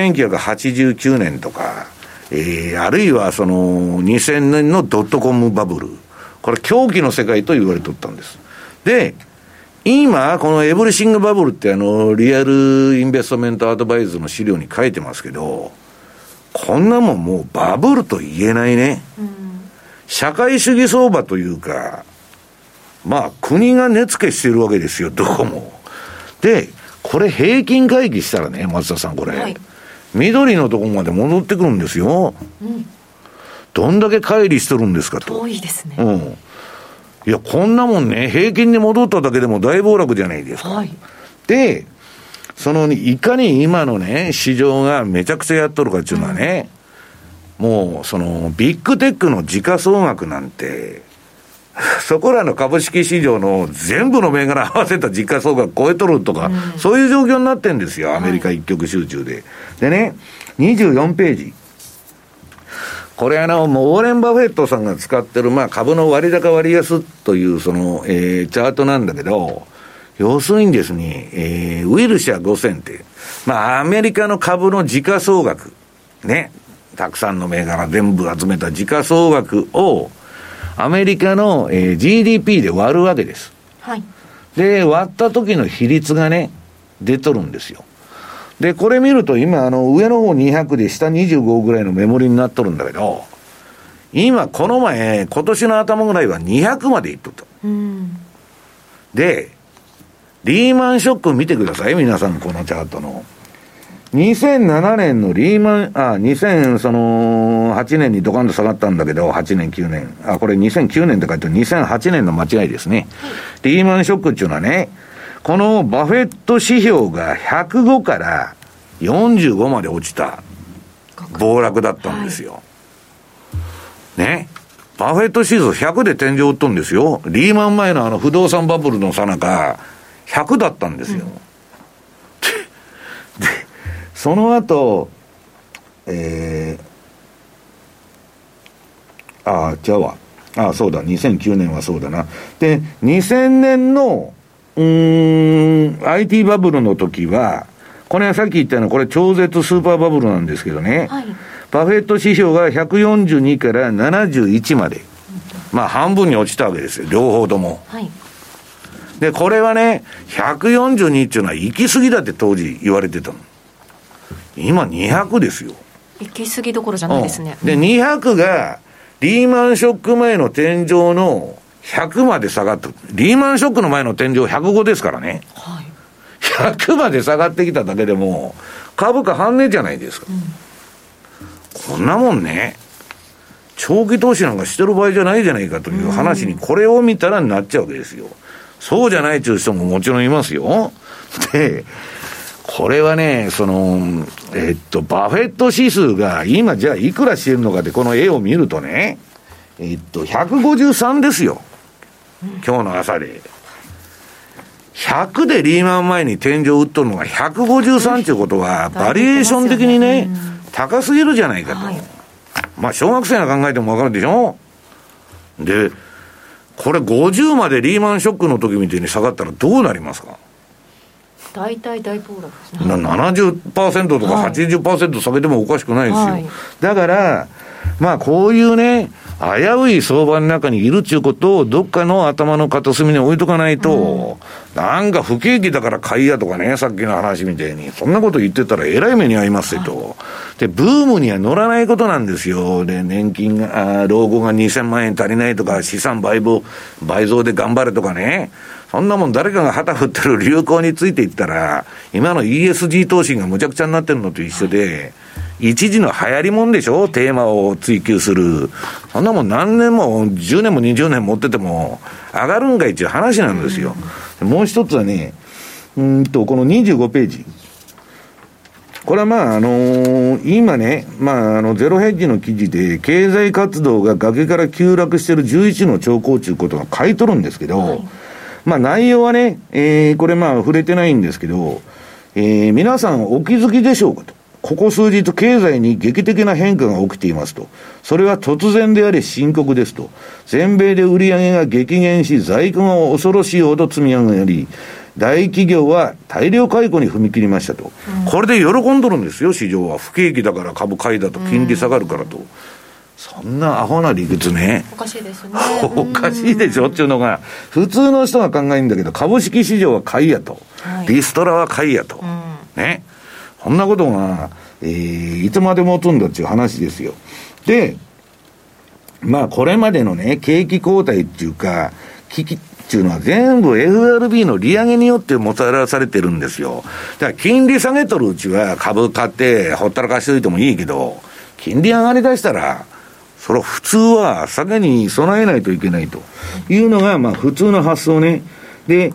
1989年とか、あるいはその2000年のドットコムバブル。これ狂気の世界と言われとったんです。で、今、このエブリシングバブルってリアルインベストメントアドバイズの資料に書いてますけど、こんなもんもうバブルと言えないね。社会主義相場というか、まあ国が値付けしてるわけですよ、どこも。で、これ平均回帰したらね、松田さんこれ、はい、緑のところまで戻ってくるんですよ。どんだけ乖離しとるんですかと。 遠いですね。 いや、こんなもんね、平均に戻っただけでも大暴落じゃないですか。はい、で、いかに今のね、市場がめちゃくちゃやっとるかっていうのはね、もう、ビッグテックの時価総額なんて、そこらの株式市場の全部の銘柄合わせた時価総額超えとるとか、そういう状況になってんですよ、アメリカ一極集中で。でね、24ページ。これもうウォーレン・バフェットさんが使ってる、まあ株の割高割安というチャートなんだけど、要するにですね、ウィルシャー5000って、まあアメリカの株の時価総額、ね、たくさんの銘柄全部集めた時価総額を、アメリカの、GDP で割るわけです。はい。で、割った時の比率がね、出とるんですよ。で、これ見ると今、上の方200で下25ぐらいのメモリになっとるんだけど、今、この前、今年の頭ぐらいは200までいっとった。で、リーマンショック見てください、皆さん、このチャートの。 2007年のリーマン、2008年にドカンと下がったんだけど、8年、9年。これ2009年って書いて2008年の間違いですね。リーマンショックっていうのはね、このバフェット指標が105から45まで落ちた暴落だったんですよ。ね。バフェット指数100で天井打っとんですよ。リーマン前の不動産バブルの最中、100だったんですよ。で、その後、そうだ、2009年はそうだな。で、2000年の、IT バブルの時は、これはさっき言ったような、これ超絶スーパーバブルなんですけどね。はい、バフェット指標が142から71まで。まあ半分に落ちたわけですよ。両方とも。はい、で、これはね、142っていうのは行き過ぎだって当時言われてたの。今200ですよ。 行き過ぎどころじゃないですね。 で、200がリーマンショック前の天井の100まで下がった。リーマンショックの前の天井105ですからね。はい、100まで下がってきただけでも株価半値じゃないですか。こんなもんね、長期投資なんかしてる場合じゃないじゃないかという話にこれを見たらなっちゃうわけですよ。そうじゃないという人ももちろんいますよ。で、これはね、バフェット指数が今じゃあいくらしてるのかってこの絵を見るとね、153ですよ。今日の朝で。100でリーマン前に天井打っとるのが153ということは、バリエーション的にね、高すぎるじゃないかと。はい、まあ、小学生が考えてもわかるでしょ。で、これ50までリーマンショックの時みたいに下がったらどうなりますか？ 大暴落ですね。 70% とか 80% 下げてもおかしくないですよ。はい、だから、まあこういうね、危うい相場の中にいるっていうことをどっかの頭の片隅に置いとかないと、なんか不景気だから買いやとかね、さっきの話みたいに、そんなこと言ってたらえらい目に遭いますよと。で、ブームには乗らないことなんですよ。で、年金が、老後が2000万円足りないとか、資産倍増で頑張れとかね。そんなもん誰かが旗振ってる流行についていったら、今の ESG 投資がむちゃくちゃになってるのと一緒で、一時の流行りもんでしょ、テーマを追求する。そんなもん何年も10年も20年持ってても上がるんかいっていう話なんですよ。もう一つはね、この25ページ。これはまあ今ね、まあゼロヘッジの記事で経済活動が崖から急落してる11の兆候ということが書いとるんですけど、はい、まあ内容はね、これまあ触れてないんですけど、皆さんお気づきでしょうかと。ここ数日経済に劇的な変化が起きていますと。それは突然であり深刻ですと。全米で売り上げが激減し、在庫が恐ろしいほど積み上がり、大企業は大量解雇に踏み切りましたと。これで喜んどるんですよ、市場は。不景気だから株買いだと、金利下がるからと。そんなアホな理屈ね。 おかしいですね。 おかしいでしょっていうのが、普通の人が考えるんだけど、株式市場は買いやと。はい、リストラは買いやと。ね。そんなことが、いつまでもつんだっていう話ですよ。で、まあこれまでのね、景気後退っていうか、危機っていうのは全部 FRB の利上げによってもたらされてるんですよ。だから金利下げとるうちは株買ってほったらかしといてもいいけど、金利上がりだしたら、それは普通は下げに備えないといけないというのが、まあ普通の発想ね。で、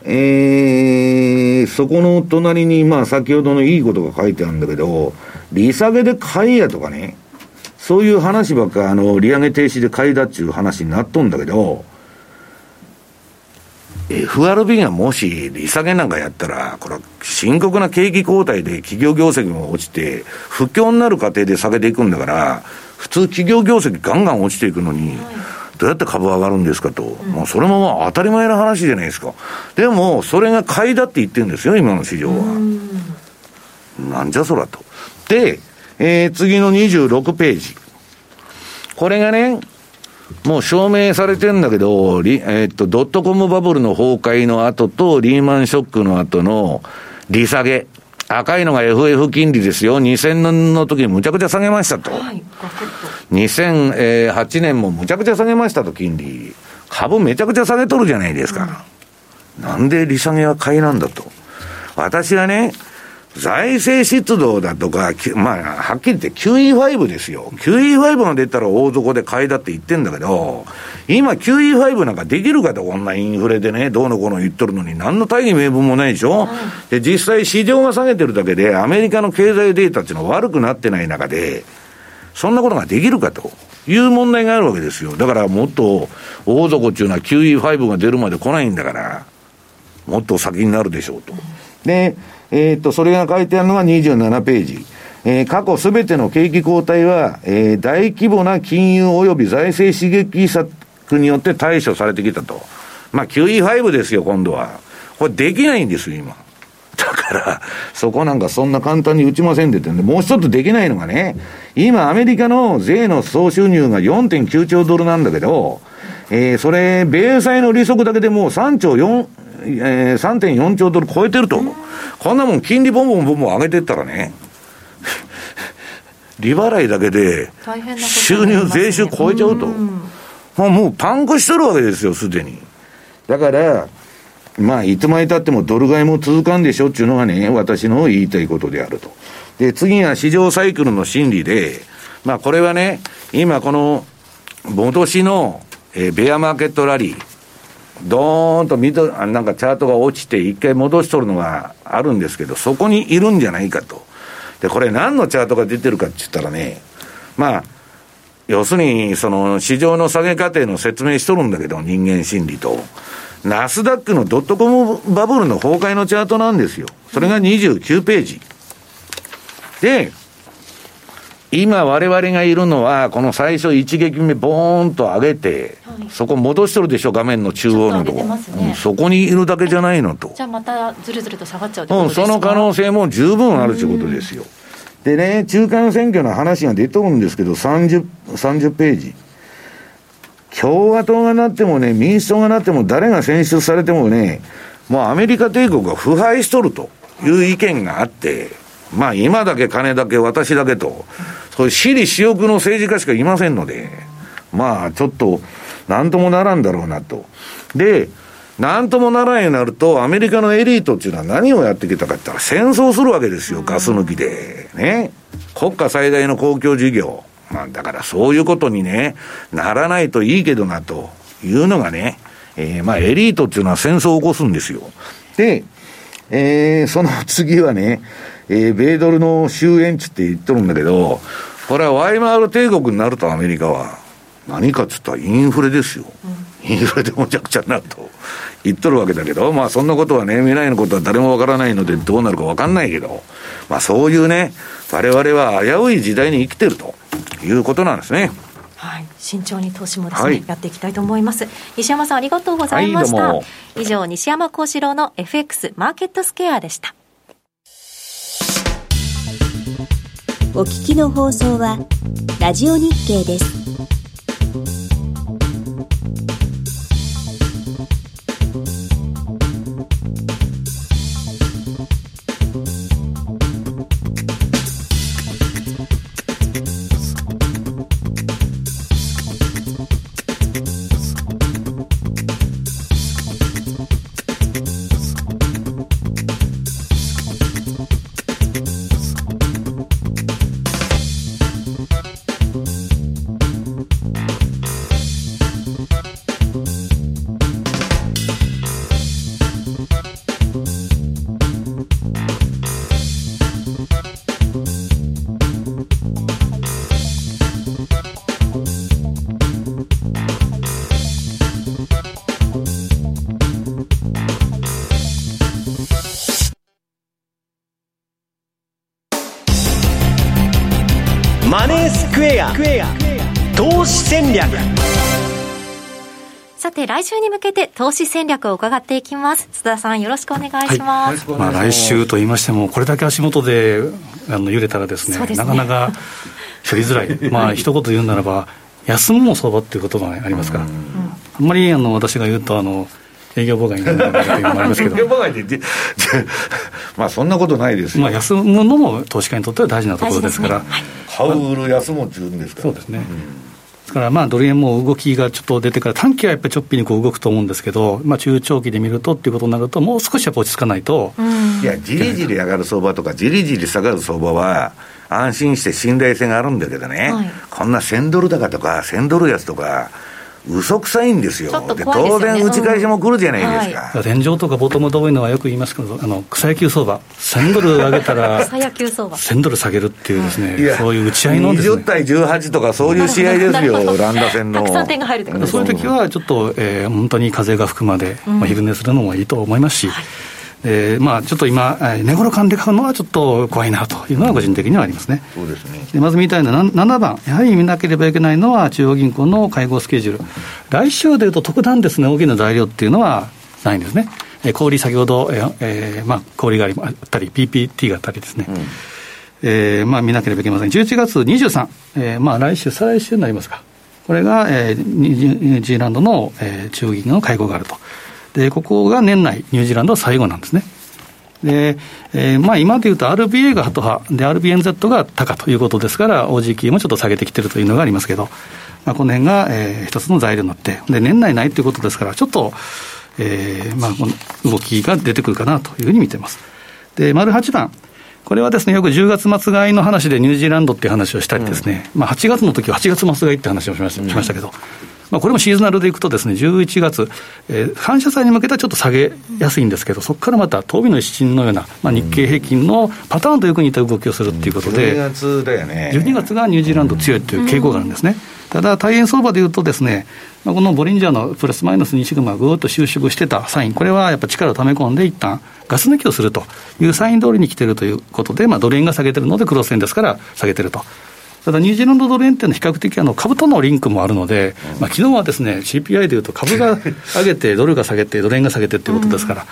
そこの隣に、まあ先ほどのいいことが書いてあるんだけど、利下げで買いやとかね、そういう話ばっか、利上げ停止で買いだっていう話になっとんだけど、FRB がもし利下げなんかやったら、これは深刻な景気後退で企業業績も落ちて、不況になる過程で下げていくんだから、普通企業業績ガンガン落ちていくのに、どうやって株上がるんですかと。もうそれもまあ当たり前の話じゃないですか。でも、それが買いだって言ってるんですよ、今の市場は。なんじゃそらと。で、次の26ページ。これがね、もう証明されてるんだけど、ドットコムバブルの崩壊の後とリーマンショックの後の利下げ。赤いのが FF 金利ですよ。2000年の時にむちゃくちゃ下げましたと。はい、2008年もむちゃくちゃ下げましたと、金利。株めちゃくちゃ下げとるじゃないですか。なんで利下げは買いなんだと。私はね、 財政出動だとか、まあ、はっきり言って QE5 ですよ。QE5 が出たら大底で買いだって言ってんだけど、今 QE5 なんかできるかと、こんなインフレでね、どうのこうの言っとるのに何の大義名分もないでしょ。で、実際市場が下げてるだけで、アメリカの経済データっていうのは悪くなってない中で、そんなことができるかという問題があるわけですよ。だからもっと大底っていうのは QE5 が出るまで来ないんだから、もっと先になるでしょうと。で、それが書いてあるのが27ページ。過去すべての景気後退は、大規模な金融及び財政刺激策によって対処されてきたと。まあ、QE5 ですよ、今度は。これできないんですよ、今。だから、そこなんかそんな簡単に打ちませんでってんで、もう一つできないのがね、今アメリカの税の総収入が 4.9 兆ドルなんだけど、それ、米債の利息だけでもう3.4 兆ドル超えてると。こんなもん金利ボンボンボンボン上げてったらね、利払いだけで収入、税収超えちゃうと。もうパンクしてるわけですよ、すでに。だから、まあ、いつまで経ってもドル買いも続かんでしょっていうのがね、私の言いたいことであると。で、次は市場サイクルの心理で、まあ、これはね、今この、戻しの、ベアマーケットラリー、ドーンとなんかチャートが落ちて一回戻しとるのがあるんですけど、そこにいるんじゃないかと。で、これ何のチャートが出てるかって言ったらね、まあ、要するに、その市場の下げ過程の説明しとるんだけど、人間心理と。ナスダックのドットコムバブルの崩壊のチャートなんですよ。それが29ページ。で、今我々がいるのは、この最初一撃目ボーンと上げて、はい、そこ戻しとるでしょ、画面の中央のところ、ね、そこにいるだけじゃないのと。 じゃあまたずるずると下がっちゃうってことですか。 その可能性も十分あるということですよ。でね、中間選挙の話が出とるんですけど、30ページ。共和党がなってもね、民主党がなっても、誰が選出されてもね、もうアメリカ帝国が腐敗しとるという意見があって、まあ今だけ金だけ私だけと、そういう私利私欲の政治家しかいませんので、まあちょっとなんともならんだろうなと。で、なんともならんようになると、アメリカのエリートっていうのは何をやってきたかって言ったら戦争するわけですよ、ガス抜きで。ね。国家最大の公共事業。まあだからそういうことにね、ならないといいけどなというのがね、まあエリートっていうのは戦争を起こすんですよ。で、その次はね、米ドルの終焉値って言っとるんだけど、これはワイマール帝国になるとアメリカは何かっつったらインフレですよ、インフレでもちゃくちゃになると言っとるわけだけど、まあそんなことはね、未来のことは誰もわからないのでどうなるかわかんないけど、まあそういうね、我々は危うい時代に生きてるということなんですね。 はい、慎重に投資もですね、はい、やっていきたいと思います。西山さんありがとうございました、はい、以上西山幸四郎の FX マーケットスクエアでした。 お聞きの放送はラジオ日経です。 マネースクエア投資戦略。 さて来週に向けて投資戦略を伺っていきます。津田さんよろしくお願いします、 はい。まあ、来週と言いましてもこれだけ足元で揺れたらですね、なかなか取りづらいまあ一言言うならば休むも相場っていうことがありますから、あんまり私が言うと営業妨害になるというのもありますけど営業妨害でまあそんなことないですよ。 まあ休むのも投資家にとっては大事なところですから、 買う売る休むって言うんですから。 そうですね、 だからドル円も動きがちょっと出てから短期はやっぱりちょっぴりこう動くと思うんですけど、中長期で見るとっていうことになるともう少しやっぱ落ち着かないと、 いやじりじり上がる相場とかじりじり下がる相場は安心して信頼性があるんだけどね、こんな1000ドル高とか1000ドル安とか嘘くさいんですよ。で当然打ち返しも来るじゃないですか、 天井とかボトムというのはよく言いますけど、草野球相場1000ドル上げたら1000ドル下げるっていうですね、そういう打ち合いのですね、 20対18とかそういう試合ですよ乱打戦のたくさん点が入るということです。 そういう時はちょっと、本当に風が吹くまで、昼寝するのもいいと思いますし、ちょっと今値頃感で買うのはちょっと怖いなというのは個人的にはありますね。 そうですね。 でまず見たいのは7番、やはり見なければいけないのは中央銀行の会合スケジュール。来週でいうと特段ですね大きな材料っていうのはないんですね。小売先ほど、小売があったり PPT があったりですね、見なければいけません。11月23、来週再来週になりますか、これが、ニュージーランドの、中央銀行の会合があると。でここが年内ニュージーランドは最後なんですね。で、今でいうと RBA がハト派で RBNZ が高ということですから OG もちょっと下げてきてるというのがありますけど、この辺が、一つの材料になってで年内ないということですからちょっと、この動きが出てくるかなというふうに見ています。で丸8番、これはですねよく10月末買いの話でニュージーランドっていう話をしたりですね、8月の時は8月末買いって話をしましたけど、これもシーズナルでいくとですね11月、反射債に向けたちょっと下げやすいんですけど、そこからまた東美の一震のような、日経平均のパターンとよく似た動きをするということで、 12月だよね。 12月がニュージーランド強いという傾向があるんですね。ただ大変相場でいうとですね、このボリンジャーのプラスマイナス2シグマがぐーっと収縮してたサイン、これはやっぱ力を溜め込んで一旦ガス抜きをするというサイン通りに来ているということで、ドル円が下げてるのでクロス円ですから下げてると。ただニュージーランドドル円っていうのは比較的株とのリンクもあるので、昨日はですね CPI でいうと株が上げてドルが下げてドル円が下げてっていうことですから、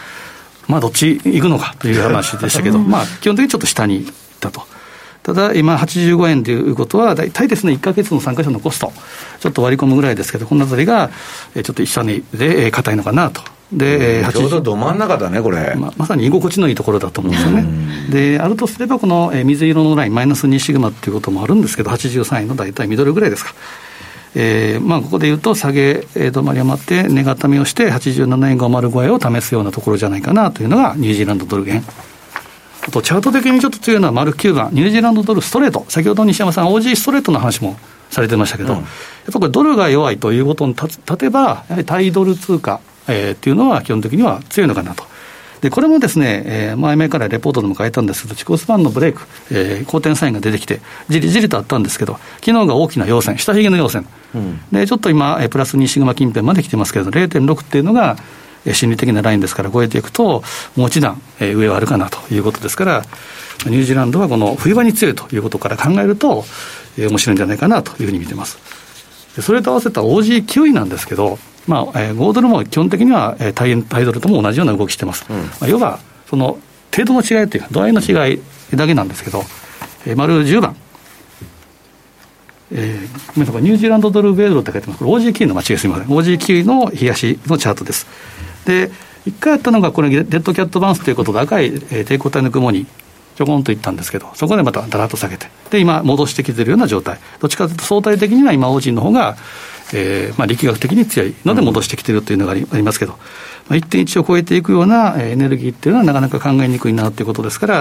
どっち行くのかという話でしたけど、基本的にちょっと下に行ったと。ただ今85円ということは大体ですね1ヶ月の参加者のコストちょっと割り込むぐらいですけど、このあたりがちょっと下にで硬いのかなと。でちょうどど真ん中だねこれ、 まさに居心地のいいところだと思うんですよね。であるとすればこの水色のラインマイナス2シグマっていうこともあるんですけど、83円の大体ミドルぐらいですか。ここでいうと下げ止まり余って値固めをして87円505円を試すようなところじゃないかなというのがニュージーランドドル円。あとチャート的にちょっと強いのは丸9番ニュージーランドドルストレート、先ほど西山さん OG ストレートの話もされてましたけど、やっぱこれドルが弱いということに立てばやはり対ドル通貨っていうのは基本的には強いのかなと。でこれもですね、前々からレポートでも書いたんですけど、地高スパンのブレイク、好転サインが出てきてじりじりとあったんですけど、昨日が大きな陽線、下髭の陽線、でちょっと今プラス2シグマ近辺まで来てますけど 0.6 っていうのが心理的なラインですから、超えていくともう一段上はあるかなということですから、ニュージーランドはこの冬場に強いということから考えると面白いんじゃないかなというふうに見てます。でそれと合わせた OG9 位なんですけど、5ドルも基本的には対ドルとも同じような動きしてます。要はその程度の違いというか度合いの違いだけなんですけど、丸10番、ごめんなさい、ニュージーランドドル米ドルって書いてます。これ OG9 の間違いすみません。OG9 の冷やしのチャートです。で一回やったのがこれデッドキャットバウンスということで赤い抵抗体の雲にちょこんといったんですけど、そこでまただらっと下げてで今戻してきているような状態。どっちかというと相対的には今 OG の方が力学的に強いので戻してきているというのがありますけど、1.1 を超えていくようなエネルギーっていうのはなかなか考えにくいなということですから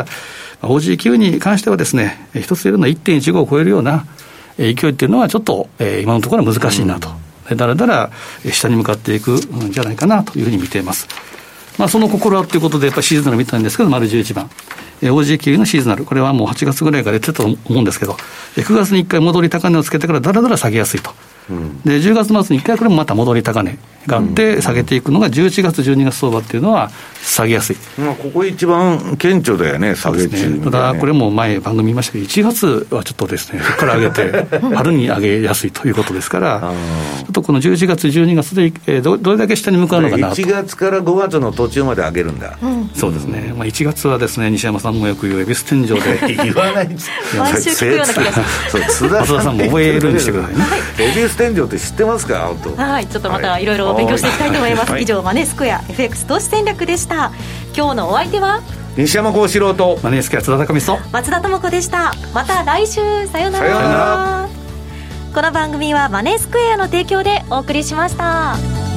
、OG9 に関してはですね一つ言えるのは 1.15 を超えるような勢いっていうのはちょっと今のところは難しいなと、だらだら下に向かっていくんじゃないかなというふうに見ています。その心はということでやっぱりシーズナル見たんですけど、丸11番OG9 のシーズナル、これはもう8月ぐらいから出てたと思うんですけど、9月に1回戻り高値をつけてからだらだら下げやすいと。で10月末に1回これもまた戻り高値があって下げていくのが11月12月相場っていうのは下げやすい。 ここ一番顕著だよね、下げ中みたいな、ね、 ただこれも前番組見ましたけど1月はちょっとですねそこから上げて春に上げやすいということですからちょっとこの11月12月でどれだけ下に向かうのかなと。 1月から5月の途中まで上げるんだ、 そうですね、1月はですね西山さんもよく言う恵比寿天井で言わない毎週聞くような気がします松田さんも覚えるようにしてくださいね。 恵比寿天井って知ってますか？本当。 はい、ちょっとまたいろいろ勉強していきたいと思います、以上マネースクエア FX 投資戦略でした。今日のお相手は西山幸四郎とマネースクエア津田貴美と松田智子でした。また来週、さようなら。 この番組はマネースクエアの提供でお送りしました。